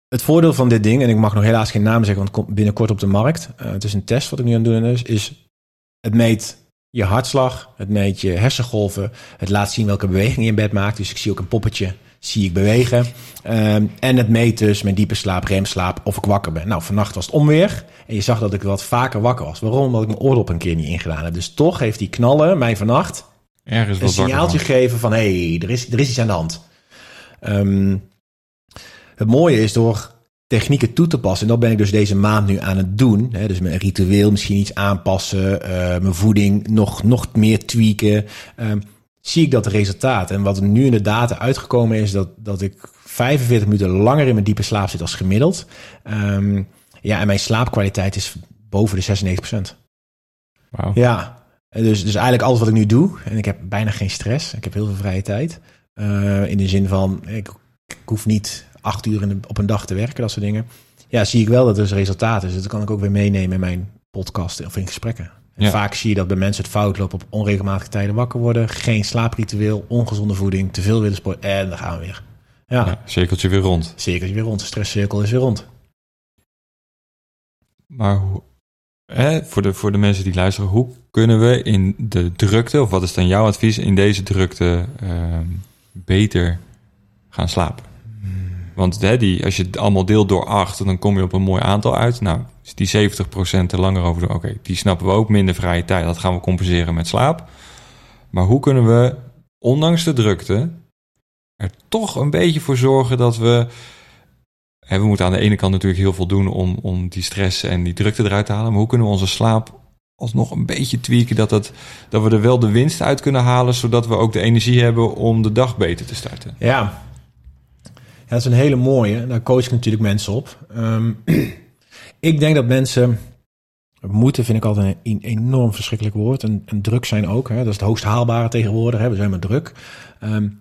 het voordeel van dit ding, en ik mag nog helaas geen naam zeggen, want het komt binnenkort op de markt. Uh, het is een test wat ik nu aan het doen is, is het meet je hartslag, het meet je hersengolven, het laat zien welke beweging je in bed maakt. Dus ik zie ook een poppetje, zie ik bewegen. Um, en het meet dus mijn diepe slaap, remslaap, of ik wakker ben. Nou, vannacht was het onweer en je zag dat ik wat vaker wakker was. Waarom? Omdat ik mijn oordop een keer niet ingedaan heb. Dus toch heeft die knallen mij vannacht ergens een signaaltje gegeven van, hé, hey, er is, er is iets aan de hand. Um, het mooie is door technieken toe te passen, en dat ben ik dus deze maand nu aan het doen. Hè, dus mijn ritueel misschien iets aanpassen, uh, mijn voeding nog, nog meer tweaken. Um, zie ik dat de resultaat. En wat er nu in de data uitgekomen is, dat, dat ik vijfenveertig minuten langer in mijn diepe slaap zit als gemiddeld. Um, ja, en mijn slaapkwaliteit is boven de zesennegentig procent. Wauw. Ja, dus, dus eigenlijk alles wat ik nu doe, en ik heb bijna geen stress, ik heb heel veel vrije tijd. Uh, in de zin van, ik, ik hoef niet acht uur in de, op een dag te werken, dat soort dingen. Ja, zie ik wel dat er dus resultaat is. Dus dat kan ik ook weer meenemen in mijn podcast of in gesprekken. Ja. Vaak zie je dat bij mensen het fout lopen op onregelmatige tijden wakker worden. Geen slaapritueel, ongezonde voeding, te veel willen sporten. En dan gaan we weer. Ja, ja, cirkeltje weer rond. Cirkeltje weer rond. De stresscirkel is weer rond. Maar hoe, hè, voor, de, voor de mensen die luisteren, hoe kunnen we in de drukte, of wat is dan jouw advies, in deze drukte uh, beter gaan slapen? Hmm. Want hè, die, als je het allemaal deelt door acht, dan kom je op een mooi aantal uit. Nou, is die zeventig procent er langer over doen. Oké, okay, die snappen we ook, minder vrije tijd. Dat gaan we compenseren met slaap. Maar hoe kunnen we, ondanks de drukte, er toch een beetje voor zorgen dat we... Hè, we moeten aan de ene kant natuurlijk heel veel doen om, om die stress en die drukte eruit te halen. Maar hoe kunnen we onze slaap alsnog een beetje tweaken, dat, het, dat we er wel de winst uit kunnen halen, zodat we ook de energie hebben om de dag beter te starten? Ja, ja dat is een hele mooie. Daar coach ik natuurlijk mensen op. Um, ik denk dat mensen... Moeten vind ik altijd een enorm verschrikkelijk woord. En, en druk zijn ook. Hè? Dat is het hoogst haalbare tegenwoordig. Hè? We zijn maar druk. Um,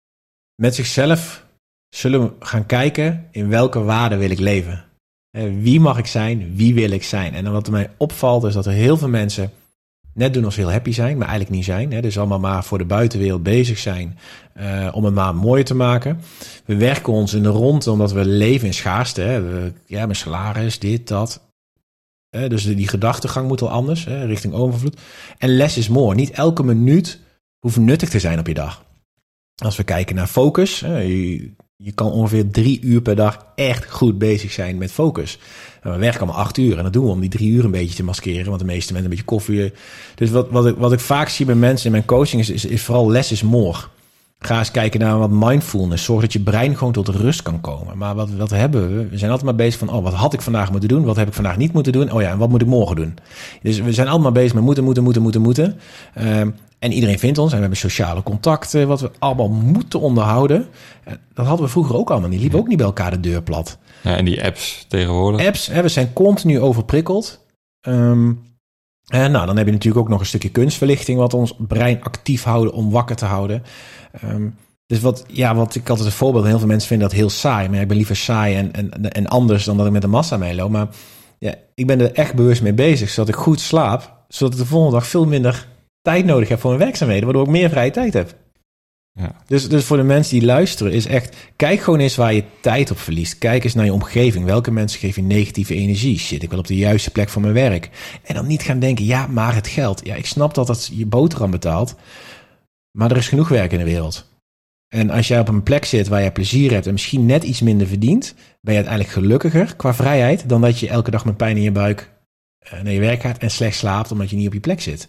met zichzelf zullen we gaan kijken in welke waarde wil ik leven. Wie mag ik zijn? Wie wil ik zijn? En wat mij opvalt is dat er heel veel mensen net doen als ze heel happy zijn, maar eigenlijk niet zijn. Hè? Dus allemaal maar voor de buitenwereld bezig zijn uh, om het maar mooier te maken. We werken ons in de ronde omdat we leven in schaarste. Hè? We, ja, mijn salaris, dit, dat. Hè? Dus die gedachtegang moet al anders, hè? Richting overvloed. En less is more. Niet elke minuut hoeft nuttig te zijn op je dag. Als we kijken naar focus, hè? Je, je kan ongeveer drie uur per dag echt goed bezig zijn met focus. En we werken allemaal acht uur en dat doen we om die drie uur een beetje te maskeren. Want de meeste mensen een beetje koffie. Dus wat, wat, ik, wat ik vaak zie bij mensen in mijn coaching is, is, is vooral less is more. Ga eens kijken naar wat mindfulness. Zorg dat je brein gewoon tot rust kan komen. Maar wat, wat hebben we? We zijn altijd maar bezig van, oh, wat had ik vandaag moeten doen? Wat heb ik vandaag niet moeten doen? Oh ja, en wat moet ik morgen doen? Dus we zijn allemaal bezig met moeten, moeten, moeten, moeten, moeten. Um, en iedereen vindt ons. En we hebben sociale contacten, wat we allemaal moeten onderhouden. En dat hadden we vroeger ook allemaal niet. Liepen ook niet bij elkaar de deur plat. Ja, en die apps tegenwoordig. Apps, hè, we zijn continu overprikkeld. Um, en nou, dan heb je natuurlijk ook nog een stukje kunstverlichting, wat ons brein actief houden om wakker te houden. Um, dus wat, ja, wat ik altijd een voorbeeld, heel veel mensen vinden dat heel saai. Maar ik ben liever saai en, en, en anders dan dat ik met de massa meeloop. Maar ja, ik ben er echt bewust mee bezig, zodat ik goed slaap. Zodat ik de volgende dag veel minder tijd nodig heb voor mijn werkzaamheden, waardoor ik meer vrije tijd heb. Ja. Dus, dus voor de mensen die luisteren is echt, kijk gewoon eens waar je tijd op verliest. Kijk eens naar je omgeving. Welke mensen geven je negatieve energie? Shit, ik wil op de juiste plek voor mijn werk. En dan niet gaan denken, ja, maar het geld. Ja, ik snap dat dat je boterham betaalt. Maar er is genoeg werk in de wereld. En als jij op een plek zit waar je plezier hebt en misschien net iets minder verdient, ben je uiteindelijk gelukkiger qua vrijheid dan dat je elke dag met pijn in je buik naar je werk gaat en slecht slaapt omdat je niet op je plek zit.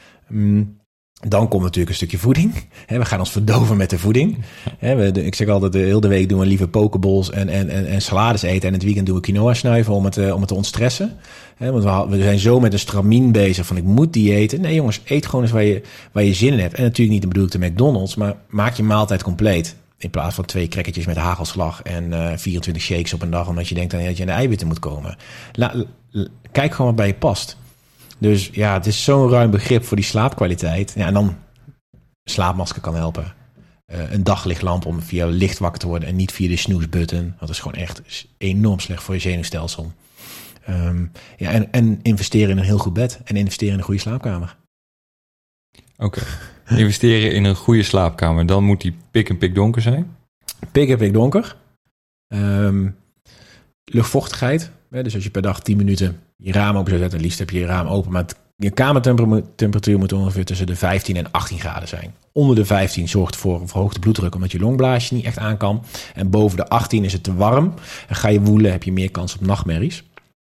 Um, Dan komt natuurlijk een stukje voeding. We gaan ons verdoven met de voeding. Ik zeg altijd, de hele week doen we liever pokeballs en, en, en, en salades eten. En het weekend doen we quinoa snuiven om het, om het te ontstressen. Want we zijn zo met een stramien bezig van ik moet diëten. Nee jongens, eet gewoon eens waar je, waar je zin in hebt. En natuurlijk niet bedoel ik de McDonald's, maar maak je maaltijd compleet. In plaats van twee crackertjes met hagelslag en uh, vierentwintig shakes op een dag, omdat je denkt dat je aan de eiwitten moet komen. La, la, kijk gewoon wat bij je past. Dus ja, het is zo'n ruim begrip voor die slaapkwaliteit. Ja, en dan slaapmasker kan helpen. Uh, een daglichtlamp om via licht wakker te worden en niet via de snooze button. Dat is gewoon echt enorm slecht voor je zenuwstelsel. Um, ja, en, en investeren in een heel goed bed en investeren in een goede slaapkamer. Oké, okay. Investeren in een goede slaapkamer. Dan moet die pik en pik donker zijn? Pik en pik donker. Um, luchtvochtigheid. Hè? Dus als je per dag tien minuten je raam open zou zetten, liefst heb je je raam open, maar het, je kamertemperatuur moet ongeveer tussen de vijftien en achttien graden zijn. Onder de vijftien zorgt voor een verhoogde bloeddruk, omdat je longblaasje niet echt aan kan. En boven de achttien is het te warm. En ga je woelen, heb je meer kans op nachtmerries.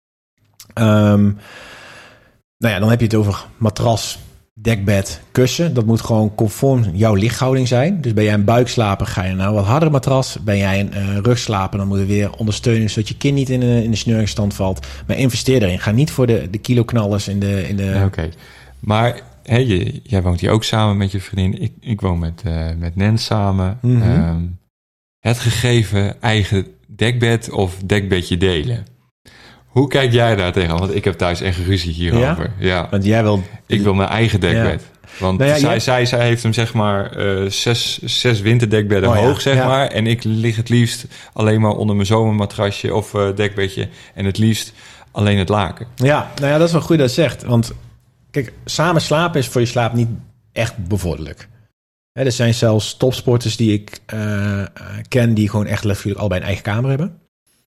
Um, nou ja, dan heb je het over matras, dekbed, kussen. Dat moet gewoon conform jouw lichthouding zijn. Dus ben jij een buikslaper, ga je naar een wat hardere matras. Ben jij een uh, rugslaper, dan moet je weer ondersteunen zodat je kin niet in de, in de snurkstand valt. Maar investeer erin. Ga niet voor de, de kiloknallers in de... In de... Oké, okay. Maar hè, je, jij woont hier ook samen met je vriendin. Ik, ik woon met, uh, met Nens samen. Mm-hmm. Um, het gegeven eigen dekbed of dekbedje delen. Hoe kijk jij daar tegen? Want ik heb thuis echt ruzie hierover. Ja? Ja. Want jij wil... Ik wil mijn eigen dekbed. Ja. Want nou ja, zij, jij... zij, zij heeft hem zeg maar uh, zes, zes winterdekbedden oh, hoog, ja. zeg ja. maar. En ik lig het liefst alleen maar onder mijn zomermatrasje of uh, dekbedje. En het liefst alleen het laken. Ja, nou ja, dat is wel goed dat je zegt. Want kijk, samen slapen is voor je slaap niet echt bevorderlijk. Hè, er zijn zelfs topsporters die ik uh, ken die gewoon echt letterlijk allebei een eigen kamer hebben.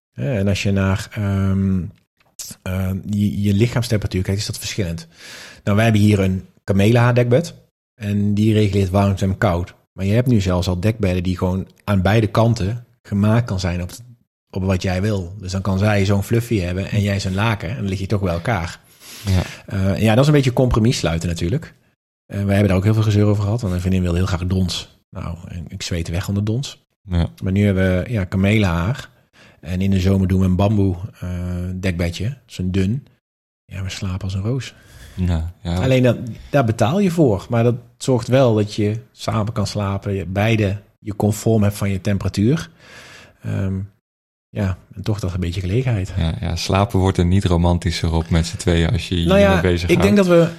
En als je naar um, uh, je, je lichaamstemperatuur kijkt, is dat verschillend. Nou, wij hebben hier een Camellia dekbed. En die reguleert warmte en koud. Maar je hebt nu zelfs al dekbedden die gewoon aan beide kanten gemaakt kan zijn op, op wat jij wil. Dus dan kan zij zo'n fluffy hebben en jij zo'n laken. En dan lig je toch bij elkaar. Ja, uh, ja dat is een beetje compromis sluiten natuurlijk. Uh, wij hebben daar ook heel veel gezeur over gehad. Want een vriendin wilde heel graag dons. Nou, ik zweette weg onder dons. Ja. Maar nu hebben we ja, Camellia haar. En in de zomer doen we een bamboe uh, dekbedje. Zo'n dun. Ja, we slapen als een roos. Ja, ja. Alleen dat, daar betaal je voor. Maar dat zorgt wel dat je samen kan slapen. Je beide je conform hebt van je temperatuur. Um, ja, en toch dat een beetje gelegenheid. Ja, ja, slapen wordt er niet romantischer op met z'n tweeën als je je nou ja, bezig ik houdt. denk dat we...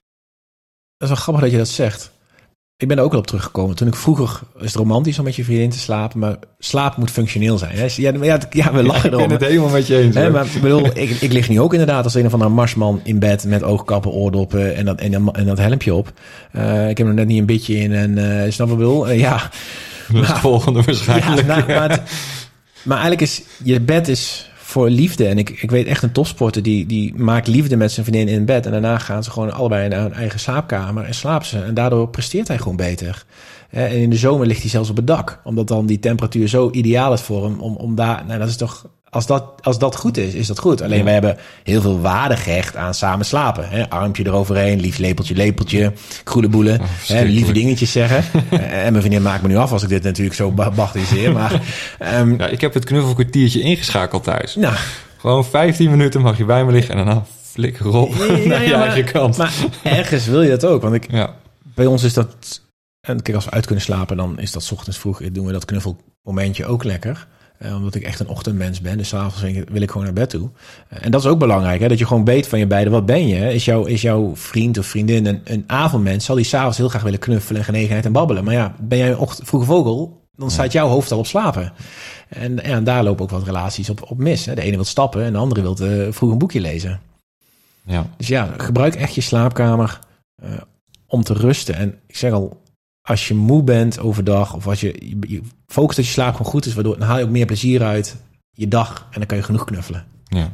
Dat is wel grappig dat je dat zegt. Ik ben er ook wel op teruggekomen. Toen ik vroeger is het romantisch om met je vriendin te slapen, maar slaap moet functioneel zijn. Hè? Ja, ja, ja, we lachen ja, erom. Ik ben het helemaal met je eens. Hè, maar ik bedoel, ik, ik lig nu ook inderdaad als een of andere marsman in bed met oogkappen, oordoppen en dat, en, en dat helmpje op. Uh, ik heb er net niet een beetje in en uh, snap wat ik bedoel? Uh, ja. Dat is het volgende waarschijnlijk. Ja, nou, maar, het, maar eigenlijk is je bed is voor liefde. En ik, ik weet echt een topsporter die, die maakt liefde met zijn vriendin in bed. En daarna gaan ze gewoon allebei naar hun eigen slaapkamer en slapen ze. En daardoor presteert hij gewoon beter. En in de zomer ligt hij zelfs op het dak. Omdat dan die temperatuur zo ideaal is voor hem. Om, om daar, nou dat is toch, als dat, als dat goed is, is dat goed. Alleen ja. wij hebben heel veel waarde gehecht aan samen slapen. Hè? Armpje eroverheen, lief lepeltje, lepeltje, kroelenboelen. Oh, hè? Lieve dingetjes zeggen. En mijn vriendin maakt me nu af als ik dit natuurlijk zo bagatelliseer. Maar, um, ja, ik heb het knuffelkwartiertje ingeschakeld thuis. Nou, gewoon vijftien minuten mag je bij me liggen en daarna flikker op ja, ja, naar je maar, eigen kant. Maar ergens wil je dat ook. Want ik, ja. bij ons is dat... En kijk, als we uit kunnen slapen, dan is dat 's ochtends vroeg. Doen we dat knuffelmomentje ook lekker. Uh, omdat ik echt een ochtendmens ben. Dus 's avonds wil ik gewoon naar bed toe. Uh, en dat is ook belangrijk. Hè? Dat je gewoon weet van je beiden. Wat ben je? Is, jou, is jouw vriend of vriendin een, een avondmens? Zal die 's avonds heel graag willen knuffelen en genegenheid en babbelen? Maar ja, ben jij een ochtend, vroege vogel? Dan staat jouw hoofd al op slapen. En, ja, en daar lopen ook wat relaties op, op mis. Hè? De ene wil stappen en de andere wil uh, vroeg een boekje lezen. Ja. Dus ja, gebruik echt je slaapkamer uh, om te rusten. En ik zeg al, als je moe bent overdag of als je, je, je focust dat je slaap gewoon goed is, waardoor dan haal je ook meer plezier uit je dag en dan kan je genoeg knuffelen. Ja.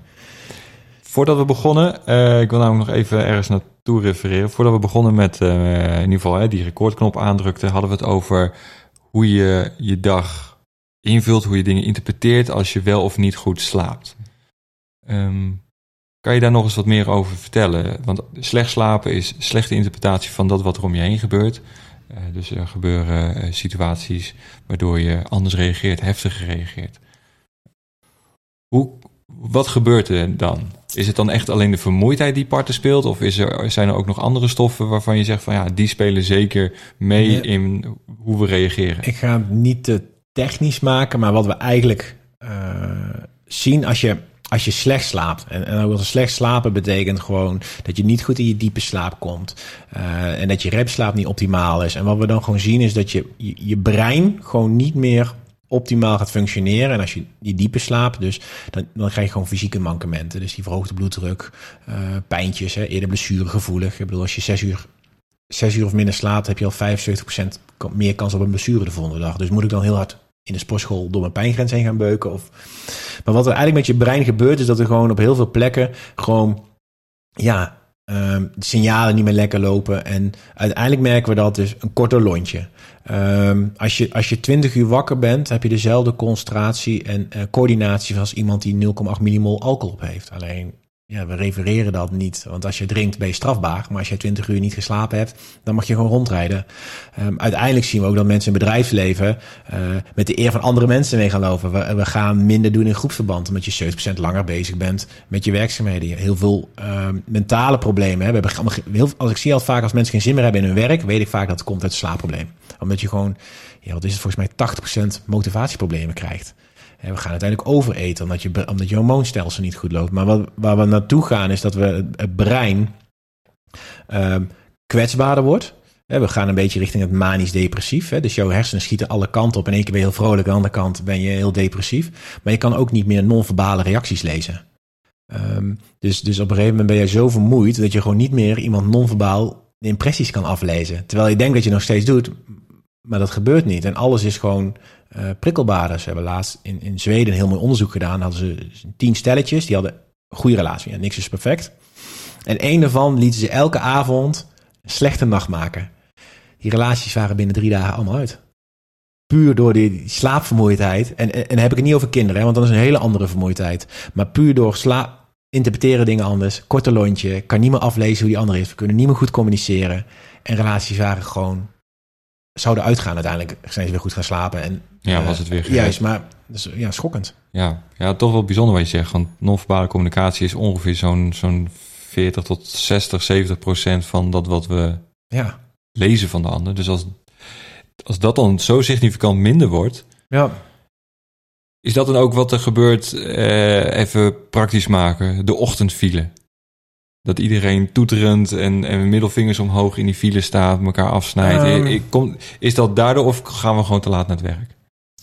Voordat we begonnen, uh, ik wil namelijk nog even ergens naartoe refereren. Voordat we begonnen met uh, in ieder geval hè, die recordknop aandrukten, hadden we het over hoe je je dag invult, hoe je dingen interpreteert als je wel of niet goed slaapt. Um, kan je daar nog eens wat meer over vertellen? Want slecht slapen is slechte interpretatie van dat wat er om je heen gebeurt. Uh, dus er gebeuren uh, situaties waardoor je anders reageert, heftiger reageert. Hoe, wat gebeurt er dan? Is het dan echt alleen de vermoeidheid die parten speelt? Of is er, zijn er ook nog andere stoffen waarvan je zegt van ja, die spelen zeker mee nee, in hoe we reageren? Ik ga het niet te technisch maken, maar wat we eigenlijk uh, zien als je, als je slecht slaapt. En, en ook als slecht slapen betekent gewoon dat je niet goed in je diepe slaap komt. Uh, en dat je remslaap niet optimaal is. En wat we dan gewoon zien is dat je, je, je brein gewoon niet meer optimaal gaat functioneren. En als je die diepe slaapt, dus dan, dan krijg je gewoon fysieke mankementen. Dus die verhoogde bloeddruk, uh, pijntjes, hè, eerder blessuregevoelig. Ik bedoel, als je zes uur, zes uur of minder slaapt, heb je al vijfenzeventig procent meer kans op een blessure de volgende dag. Dus moet ik dan heel hard in de sportschool door mijn pijngrens heen gaan beuken. Of... Maar wat er eigenlijk met je brein gebeurt, is dat er gewoon op heel veel plekken gewoon, ja, um, de signalen niet meer lekker lopen. En uiteindelijk merken we dat dus een korter lontje. Um, als je, als je twintig uur wakker bent, heb je dezelfde concentratie en uh, coördinatie als iemand die nul komma acht millimol alcohol op heeft. Alleen, ja, we refereren dat niet. Want als je drinkt, ben je strafbaar. Maar als je twintig uur niet geslapen hebt, dan mag je gewoon rondrijden. Um, uiteindelijk zien we ook dat mensen in bedrijfsleven uh, met de eer van andere mensen mee gaan lopen. We, we gaan minder doen in groepsverband, omdat je zeventig procent langer bezig bent met je werkzaamheden. Heel veel uh, mentale problemen. Hè. We hebben allemaal, heel, als ik zie al vaak als mensen geen zin meer hebben in hun werk, weet ik vaak dat het komt uit het slaapprobleem. Omdat je gewoon, ja, wat is het volgens mij, tachtig procent motivatieproblemen krijgt. En we gaan uiteindelijk overeten, omdat je, omdat je hormoonstelsel niet goed loopt. Maar wat, waar we naartoe gaan, is dat we het brein uh, kwetsbaarder wordt. We gaan een beetje richting het manisch-depressief. Dus jouw hersenen schieten alle kanten op. In één keer ben je heel vrolijk, aan de andere kant ben je heel depressief. Maar je kan ook niet meer non-verbale reacties lezen. Um, dus, dus op een gegeven moment ben je zo vermoeid dat je gewoon niet meer iemand non-verbaal de impressies kan aflezen. Terwijl je denkt dat je nog steeds doet, maar dat gebeurt niet. En alles is gewoon uh, prikkelbaarder. Ze hebben laatst in, in Zweden een heel mooi onderzoek gedaan. Hadden ze tien stelletjes, die hadden een goede relatie. Ja, niks is perfect. En één daarvan lieten ze elke avond een slechte nacht maken. Die relaties waren binnen drie dagen allemaal uit. Puur door die, die slaapvermoeidheid. En, en, en dan heb ik het niet over kinderen, hè, want dan is een hele andere vermoeidheid. Maar puur door slaap, interpreteren dingen anders, korte lontje, kan niet meer aflezen hoe die ander is. We kunnen niet meer goed communiceren. En relaties waren gewoon, zouden uitgaan uiteindelijk. Zijn ze weer goed gaan slapen. En, ja, was het weer uh, juist, maar dus, ja, schokkend. Ja, ja, toch wel bijzonder wat je zegt. Want non-verbale communicatie is ongeveer zo'n, zo'n veertig tot zestig, zeventig procent van dat wat we ja. lezen van de ander. Dus als, als dat dan zo significant minder wordt, ja. is dat dan ook wat er gebeurt, eh, even praktisch maken, de ochtendfile? Dat iedereen toeterend en, en middelvingers omhoog in die file staat, elkaar afsnijdt. Um, ik kom, is dat daardoor of gaan we gewoon te laat naar het werk?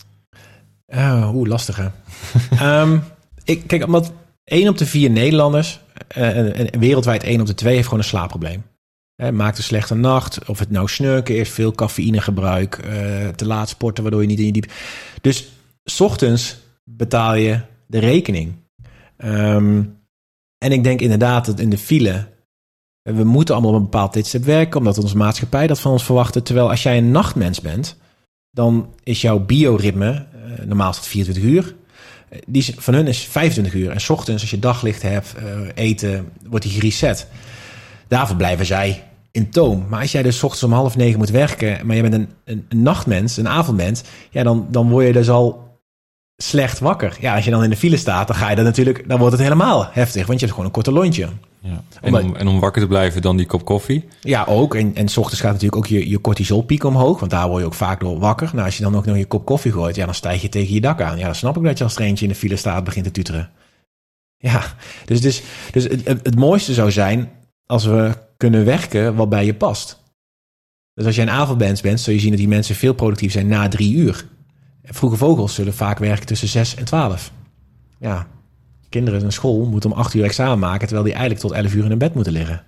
Uh, Oeh, lastig hè. um, ik, kijk, omdat één op de vier Nederlanders, uh, en, en wereldwijd één op de twee, heeft gewoon een slaapprobleem. He, maakt een slechte nacht, of het nou snurken is, veel cafeïnegebruik, uh, te laat sporten, waardoor je niet in je diep... Dus 's ochtends betaal je de rekening. Um, en ik denk inderdaad dat in de file, we moeten allemaal op een bepaald tijdstip werken, omdat onze maatschappij dat van ons verwacht. Terwijl als jij een nachtmens bent, dan is jouw bioritme, uh, normaal is dat vierentwintig uur, die is, van hun is vijfentwintig uur. En 's ochtends, als je daglicht hebt, uh, eten, wordt die gereset. Daarvoor blijven zij in toom. Maar als jij dus 's ochtends om half negen moet werken, maar je bent een, een, een nachtmens, een avondmens, ja, dan, dan word je dus al slecht wakker. Ja, als je dan in de file staat, dan ga je dan natuurlijk, dan wordt het helemaal heftig, want je hebt gewoon een korte lontje. Ja. En, om, en om wakker te blijven, dan die kop koffie? Ja, ook. En, en 's ochtends gaat natuurlijk ook je, je cortisolpiek omhoog, want daar word je ook vaak door wakker. Nou, als je dan ook nog je kop koffie gooit, ja, dan stijg je tegen je dak aan. Ja, dan snap ik dat je als er eentje in de file staat begint te tuteren. Ja, dus, dus, dus het, het mooiste zou zijn als we kunnen werken wat bij je past. Dus als jij een avondmens bent, zul je zien dat die mensen veel productief zijn na drie uur. Vroege vogels zullen vaak werken tussen zes en twaalf. Ja, kinderen in school moeten om acht uur examen maken, terwijl die eigenlijk tot elf uur in hun bed moeten liggen.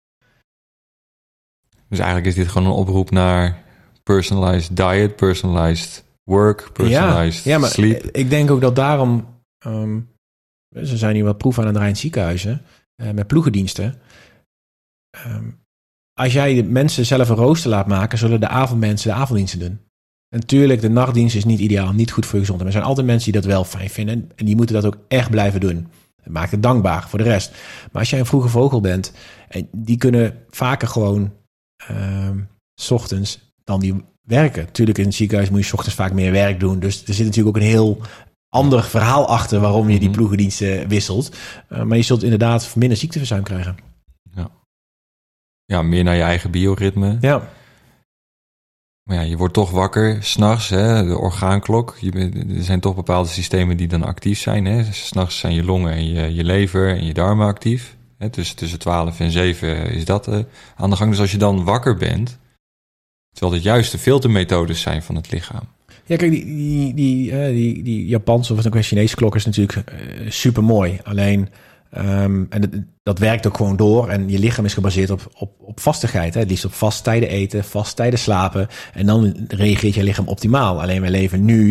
Dus eigenlijk is dit gewoon een oproep naar personalized diet, personalized work, personalized ja, ja, maar sleep. Ik denk ook dat daarom, um, ze zijn hier wat proeven aan het draaien in ziekenhuizen, uh, met ploegendiensten. Um, als jij de mensen zelf een rooster laat maken, zullen de avondmensen de avonddiensten doen. Natuurlijk, de nachtdienst is niet ideaal, niet goed voor je gezondheid. Maar er zijn altijd mensen die dat wel fijn vinden. En die moeten dat ook echt blijven doen. Dat maakt het dankbaar voor de rest. Maar als jij een vroege vogel bent, en die kunnen vaker gewoon uh, 's ochtends dan die werken. Natuurlijk, in het ziekenhuis moet je 's ochtends vaak meer werk doen. Dus er zit natuurlijk ook een heel ander verhaal achter waarom je die ploegendiensten wisselt. Uh, maar je zult inderdaad minder ziekteverzuim krijgen. Ja. Ja, meer naar je eigen bioritme. Ja. Maar ja, je wordt toch wakker, 's nachts, hè, de orgaanklok. Je, er zijn toch bepaalde systemen die dan actief zijn. Hè. 's Nachts zijn je longen en je, je lever en je darmen actief. Hè. Tussen, tussen twaalf en zeven is dat uh, aan de gang. Dus als je dan wakker bent, terwijl het juist de filtermethodes zijn van het lichaam. Ja, kijk, die, die, die, uh, die, die Japanse of ook een Chinese klok is natuurlijk uh, super mooi. Alleen, um, en dat, dat werkt ook gewoon door. En je lichaam is gebaseerd op, op, op vastigheid. Hè? Het liefst op vast tijden eten, vast tijden slapen. En dan reageert je lichaam optimaal. Alleen wij leven nu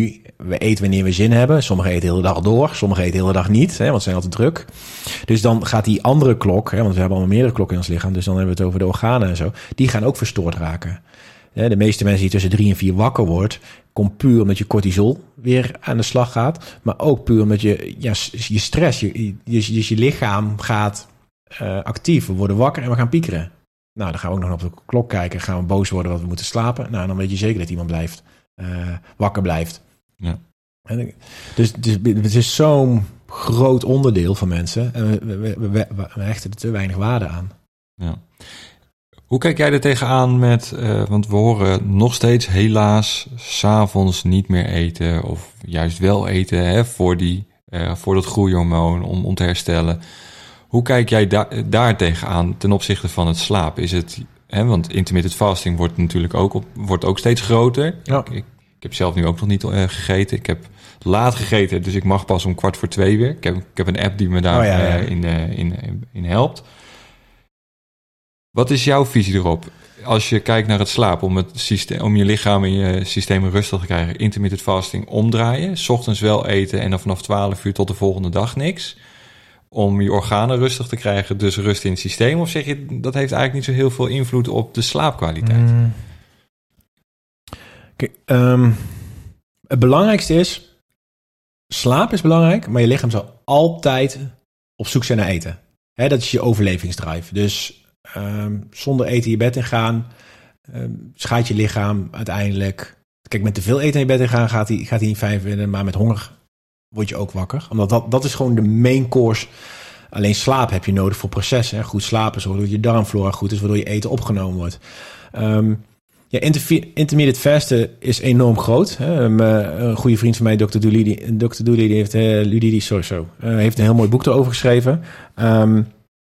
we eten wanneer we zin hebben. Sommigen eten de hele dag door, sommigen eten de hele dag niet, hè, want ze zijn altijd druk. Dus dan gaat die andere klok, hè, want we hebben allemaal meerdere klokken in ons lichaam, dus dan hebben we het over de organen en zo, die gaan ook verstoord raken. De meeste mensen die tussen drie en vier wakker wordt, komt puur omdat je cortisol weer aan de slag gaat, maar ook puur omdat je, ja, je stress, je, je, je, je lichaam gaat uh, actief. We worden wakker en we gaan piekeren. Nou, dan gaan we ook nog op de klok kijken, gaan we boos worden wat we moeten slapen. Nou, dan weet je zeker dat iemand blijft, uh, wakker blijft. Ja. En, dus, dus het is zo'n groot onderdeel van mensen en we, we, we, we, we hechten er te weinig waarde aan. Ja. Hoe kijk jij er tegenaan met, uh, want we horen nog steeds helaas 's avonds niet meer eten of juist wel eten, hè, voor, die, uh, voor dat groeihormoon om, om te herstellen. Hoe kijk jij da- daar tegenaan ten opzichte van het slapen? Is het, hè, want intermittent fasting wordt natuurlijk ook, op, wordt ook steeds groter. Ja. Ik, ik, ik heb zelf nu ook nog niet uh, gegeten. Ik heb laat gegeten, dus ik mag pas om kwart voor twee weer. Ik heb, ik heb een app die me daar oh, ja, ja. Uh, in, uh, in, in, in helpt. Wat is jouw visie erop? Als je kijkt naar het slapen, om, het systeem, om je lichaam en je systeem rustig te krijgen, intermittent fasting omdraaien, 's ochtends wel eten en dan vanaf twaalf uur tot de volgende dag niks. Om je organen rustig te krijgen, dus rust in het systeem? Of zeg je, dat heeft eigenlijk niet zo heel veel invloed op de slaapkwaliteit? Mm. Kijk, um, het belangrijkste is, slaap is belangrijk, maar je lichaam zal altijd op zoek zijn naar eten. Hè, dat is je overlevingsdrive. Dus Um, zonder eten je bed in gaan, um, schaadt je lichaam uiteindelijk. Kijk, met te veel eten in je bed in gaan gaat hij gaat hij niet fijn vinden, maar met honger word je ook wakker. Omdat dat, dat is gewoon de main course. Alleen slaap heb je nodig voor processen. Hè. Goed slapen, zodat je darmflora goed is, waardoor je eten opgenomen wordt. Um, ja, inter- intermittent fasten is enorm groot. Hè. Um, een goede vriend van mij, dokter Dooley, dokter Dooley, die heeft, uh, Ludidi, sorry, zo, uh, heeft een heel mooi boek erover geschreven. Um,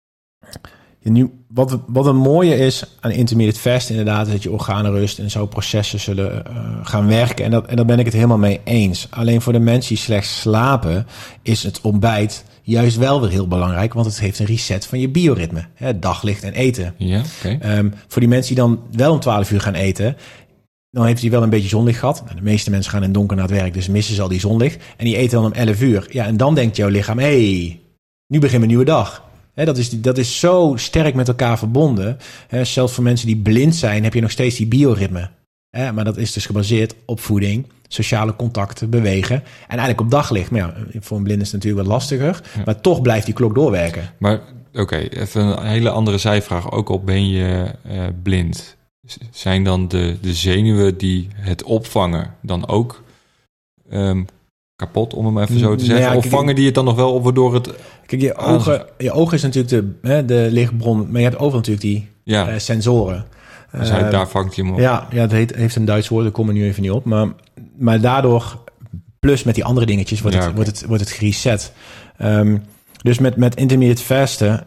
Nu, wat, wat een mooie is aan intermittent fast inderdaad, is dat je organen rust en zo processen zullen uh, gaan werken. En, dat, en daar ben ik het helemaal mee eens. Alleen voor de mensen die slecht slapen, is het ontbijt juist wel weer heel belangrijk, want het heeft een reset van je bioritme. Hè, daglicht en eten. Ja, okay. um, voor die mensen die dan wel om twaalf uur gaan eten, dan heeft hij wel een beetje zonlicht gehad. Nou, de meeste mensen gaan in het donker naar het werk, dus missen ze al die zonlicht. En die eten dan om elf uur. Ja, en dan denkt jouw lichaam, hé, hey, nu begint een nieuwe dag. He, dat, is, dat is zo sterk met elkaar verbonden. He, zelfs voor mensen die blind zijn, heb je nog steeds die bioritme. He, maar dat is dus gebaseerd op voeding, sociale contacten, bewegen. En eigenlijk op daglicht. Maar ja, voor een blind is het natuurlijk wat lastiger. Ja. Maar toch blijft die klok doorwerken. Maar oké, okay, even een hele andere zijvraag. Ook al ben je uh, blind. Zijn dan de, de zenuwen die het opvangen dan ook um, kapot, om hem even zo te zeggen? Ja, of vangen die het dan nog wel op, waardoor het... Kijk, je ogen, je ogen is natuurlijk de, hè, de lichtbron, maar je hebt overal natuurlijk die ja. uh, sensoren. Dus hij, uh, daar vangt hij hem op. Ja, ja, het heet, heeft een Duits woord, daar kom ik nu even niet op. Maar, maar daardoor, plus met die andere dingetjes, wordt, ja, het, okay. wordt, het, wordt het gereset. Um, dus met, met intermittent fasten,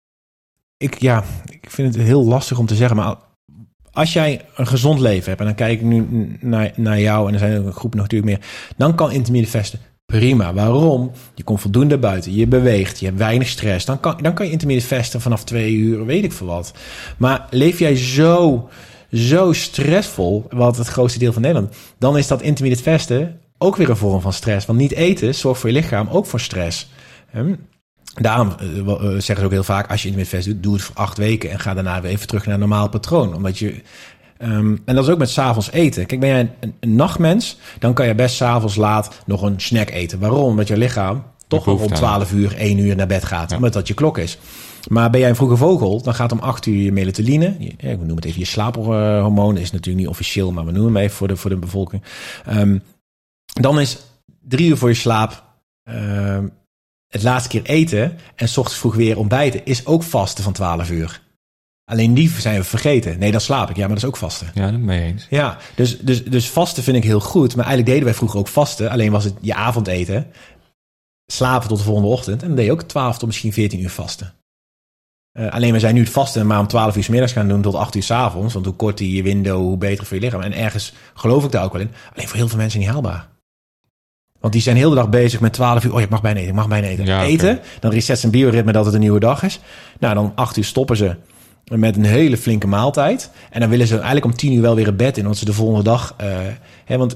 ik, ja, ik vind het heel lastig om te zeggen, maar als jij een gezond leven hebt, en dan kijk ik nu naar, naar jou, en er zijn er een groep nog natuurlijk meer, dan kan intermittent fasten prima. Waarom? Je komt voldoende buiten, je beweegt, je hebt weinig stress. Dan kan, dan kan je intermittent fasten vanaf twee uur, weet ik veel wat. Maar leef jij zo, zo stressvol, wat het grootste deel van Nederland, dan is dat intermittent fasten ook weer een vorm van stress. Want niet eten zorgt voor je lichaam ook voor stress. Hm? Daarom uh, zeggen ze ook heel vaak, als je intermittent fast doet, doe het voor acht weken en ga daarna weer even terug naar een normaal patroon. Omdat je... Um, en dat is ook met 's avonds eten. Kijk, ben jij een, een, een nachtmens, dan kan je best 's avonds laat nog een snack eten. Waarom? Omdat je lichaam toch wel om twaalf uur, één uur naar bed gaat. Ja. Omdat dat je klok is. Maar ben jij een vroege vogel, dan gaat om acht uur je melatonine. Je, ik noem het even je slaaphormoon. Is natuurlijk niet officieel, maar we noemen hem even voor de, voor de bevolking. Um, dan is drie uur voor je slaap um, het laatste keer eten. En 's ochtends vroeg weer ontbijten is ook vasten van twaalf uur. Alleen die zijn we vergeten. Nee, dan slaap ik. Ja, maar dat is ook vasten. Ja, dat ben je eens. Ja, dus, dus, dus vasten vind ik heel goed. Maar eigenlijk deden wij vroeger ook vasten. Alleen was het je avondeten. Slapen tot de volgende ochtend. En dan deed je ook twaalf tot misschien veertien uur vasten. Uh, alleen we zijn nu het vasten maar om twaalf uur 's middags gaan doen tot acht uur 's avonds. Want hoe korter je window, hoe beter voor je lichaam. En ergens geloof ik daar ook wel in. Alleen voor heel veel mensen niet haalbaar. Want die zijn heel de dag bezig met twaalf uur. Oh, ik mag bijna eten, ik mag bijna eten. Ja, eten, okay. Dan reset zijn bioritme dat het een nieuwe dag is. Nou, dan acht uur stoppen ze met een hele flinke maaltijd. En dan willen ze eigenlijk om tien uur wel weer het bed in. Want ze de volgende dag... Uh, hè, want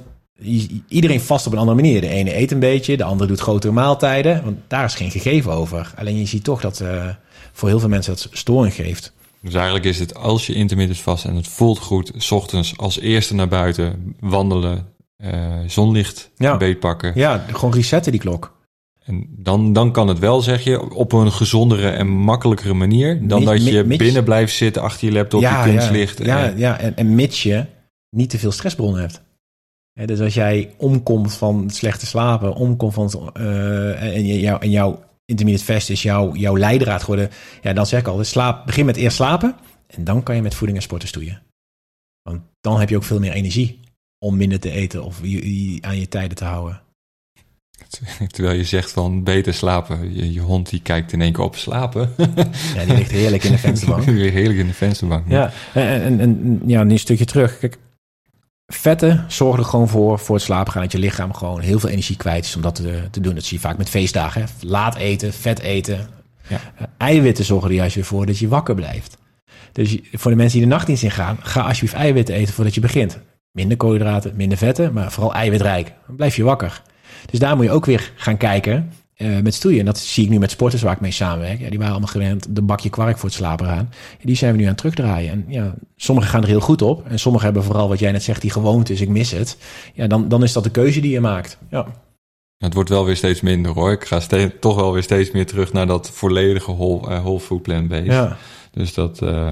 iedereen vast op een andere manier. De ene eet een beetje, de andere doet grotere maaltijden. Want daar is geen gegeven over. Alleen je ziet toch dat uh, voor heel veel mensen dat storing geeft. Dus eigenlijk is het, als je intermittent vast en het voelt goed, 's ochtends als eerste naar buiten wandelen, uh, zonlicht ja. beetpakken. Ja, gewoon resetten die klok. En dan, dan kan het wel, zeg je, op een gezondere en makkelijkere manier dan mi, dat je mi, binnen blijft zitten achter je laptop, ja, je kunstlicht. Ja, ja, en, ja en, en mits je niet te veel stressbronnen hebt. He, dus als jij omkomt van slechte slapen, omkomt van uh, en, jou, en jouw intermittent fast is jouw, jouw leidraad geworden, ja, dan zeg ik al, slaap, begin met eerst slapen en dan kan je met voeding en sporten stoeien. Want dan heb je ook veel meer energie om minder te eten of je, je, aan je tijden te houden. Terwijl je zegt van beter slapen. Je, je hond die kijkt in één keer op slapen. Ja, die ligt heerlijk in de vensterbank. Die ligt heerlijk in de vensterbank. Ja, en, en, en ja, nu een stukje terug. Kijk, vetten zorgen er gewoon voor, voor het slapen gaan, dat je lichaam gewoon heel veel energie kwijt is om dat te, te doen. Dat zie je vaak met feestdagen. Hè? Laat eten, vet eten. Ja. Uh, eiwitten zorgen er juist weer voor dat je wakker blijft. Dus je, voor de mensen die de nachtdienst in gaan, ga alsjeblieft eiwitten eten voordat je begint. Minder koolhydraten, minder vetten, maar vooral eiwitrijk. Dan blijf je wakker. Dus daar moet je ook weer gaan kijken uh, met stoeien. En dat zie ik nu met sporters waar ik mee samenwerk. Ja, die waren allemaal gewend de bakje kwark voor het slapen gaan. Ja, die zijn we nu aan het terugdraaien. En ja, sommigen gaan er heel goed op. En sommigen hebben vooral wat jij net zegt, die gewoonte is, ik mis het. Ja, dan, dan is dat de keuze die je maakt. Ja. Het wordt wel weer steeds minder hoor. Ik ga ste- toch wel weer steeds meer terug naar dat volledige whole, uh, whole food plant-based. Ja. Dus dat... Uh,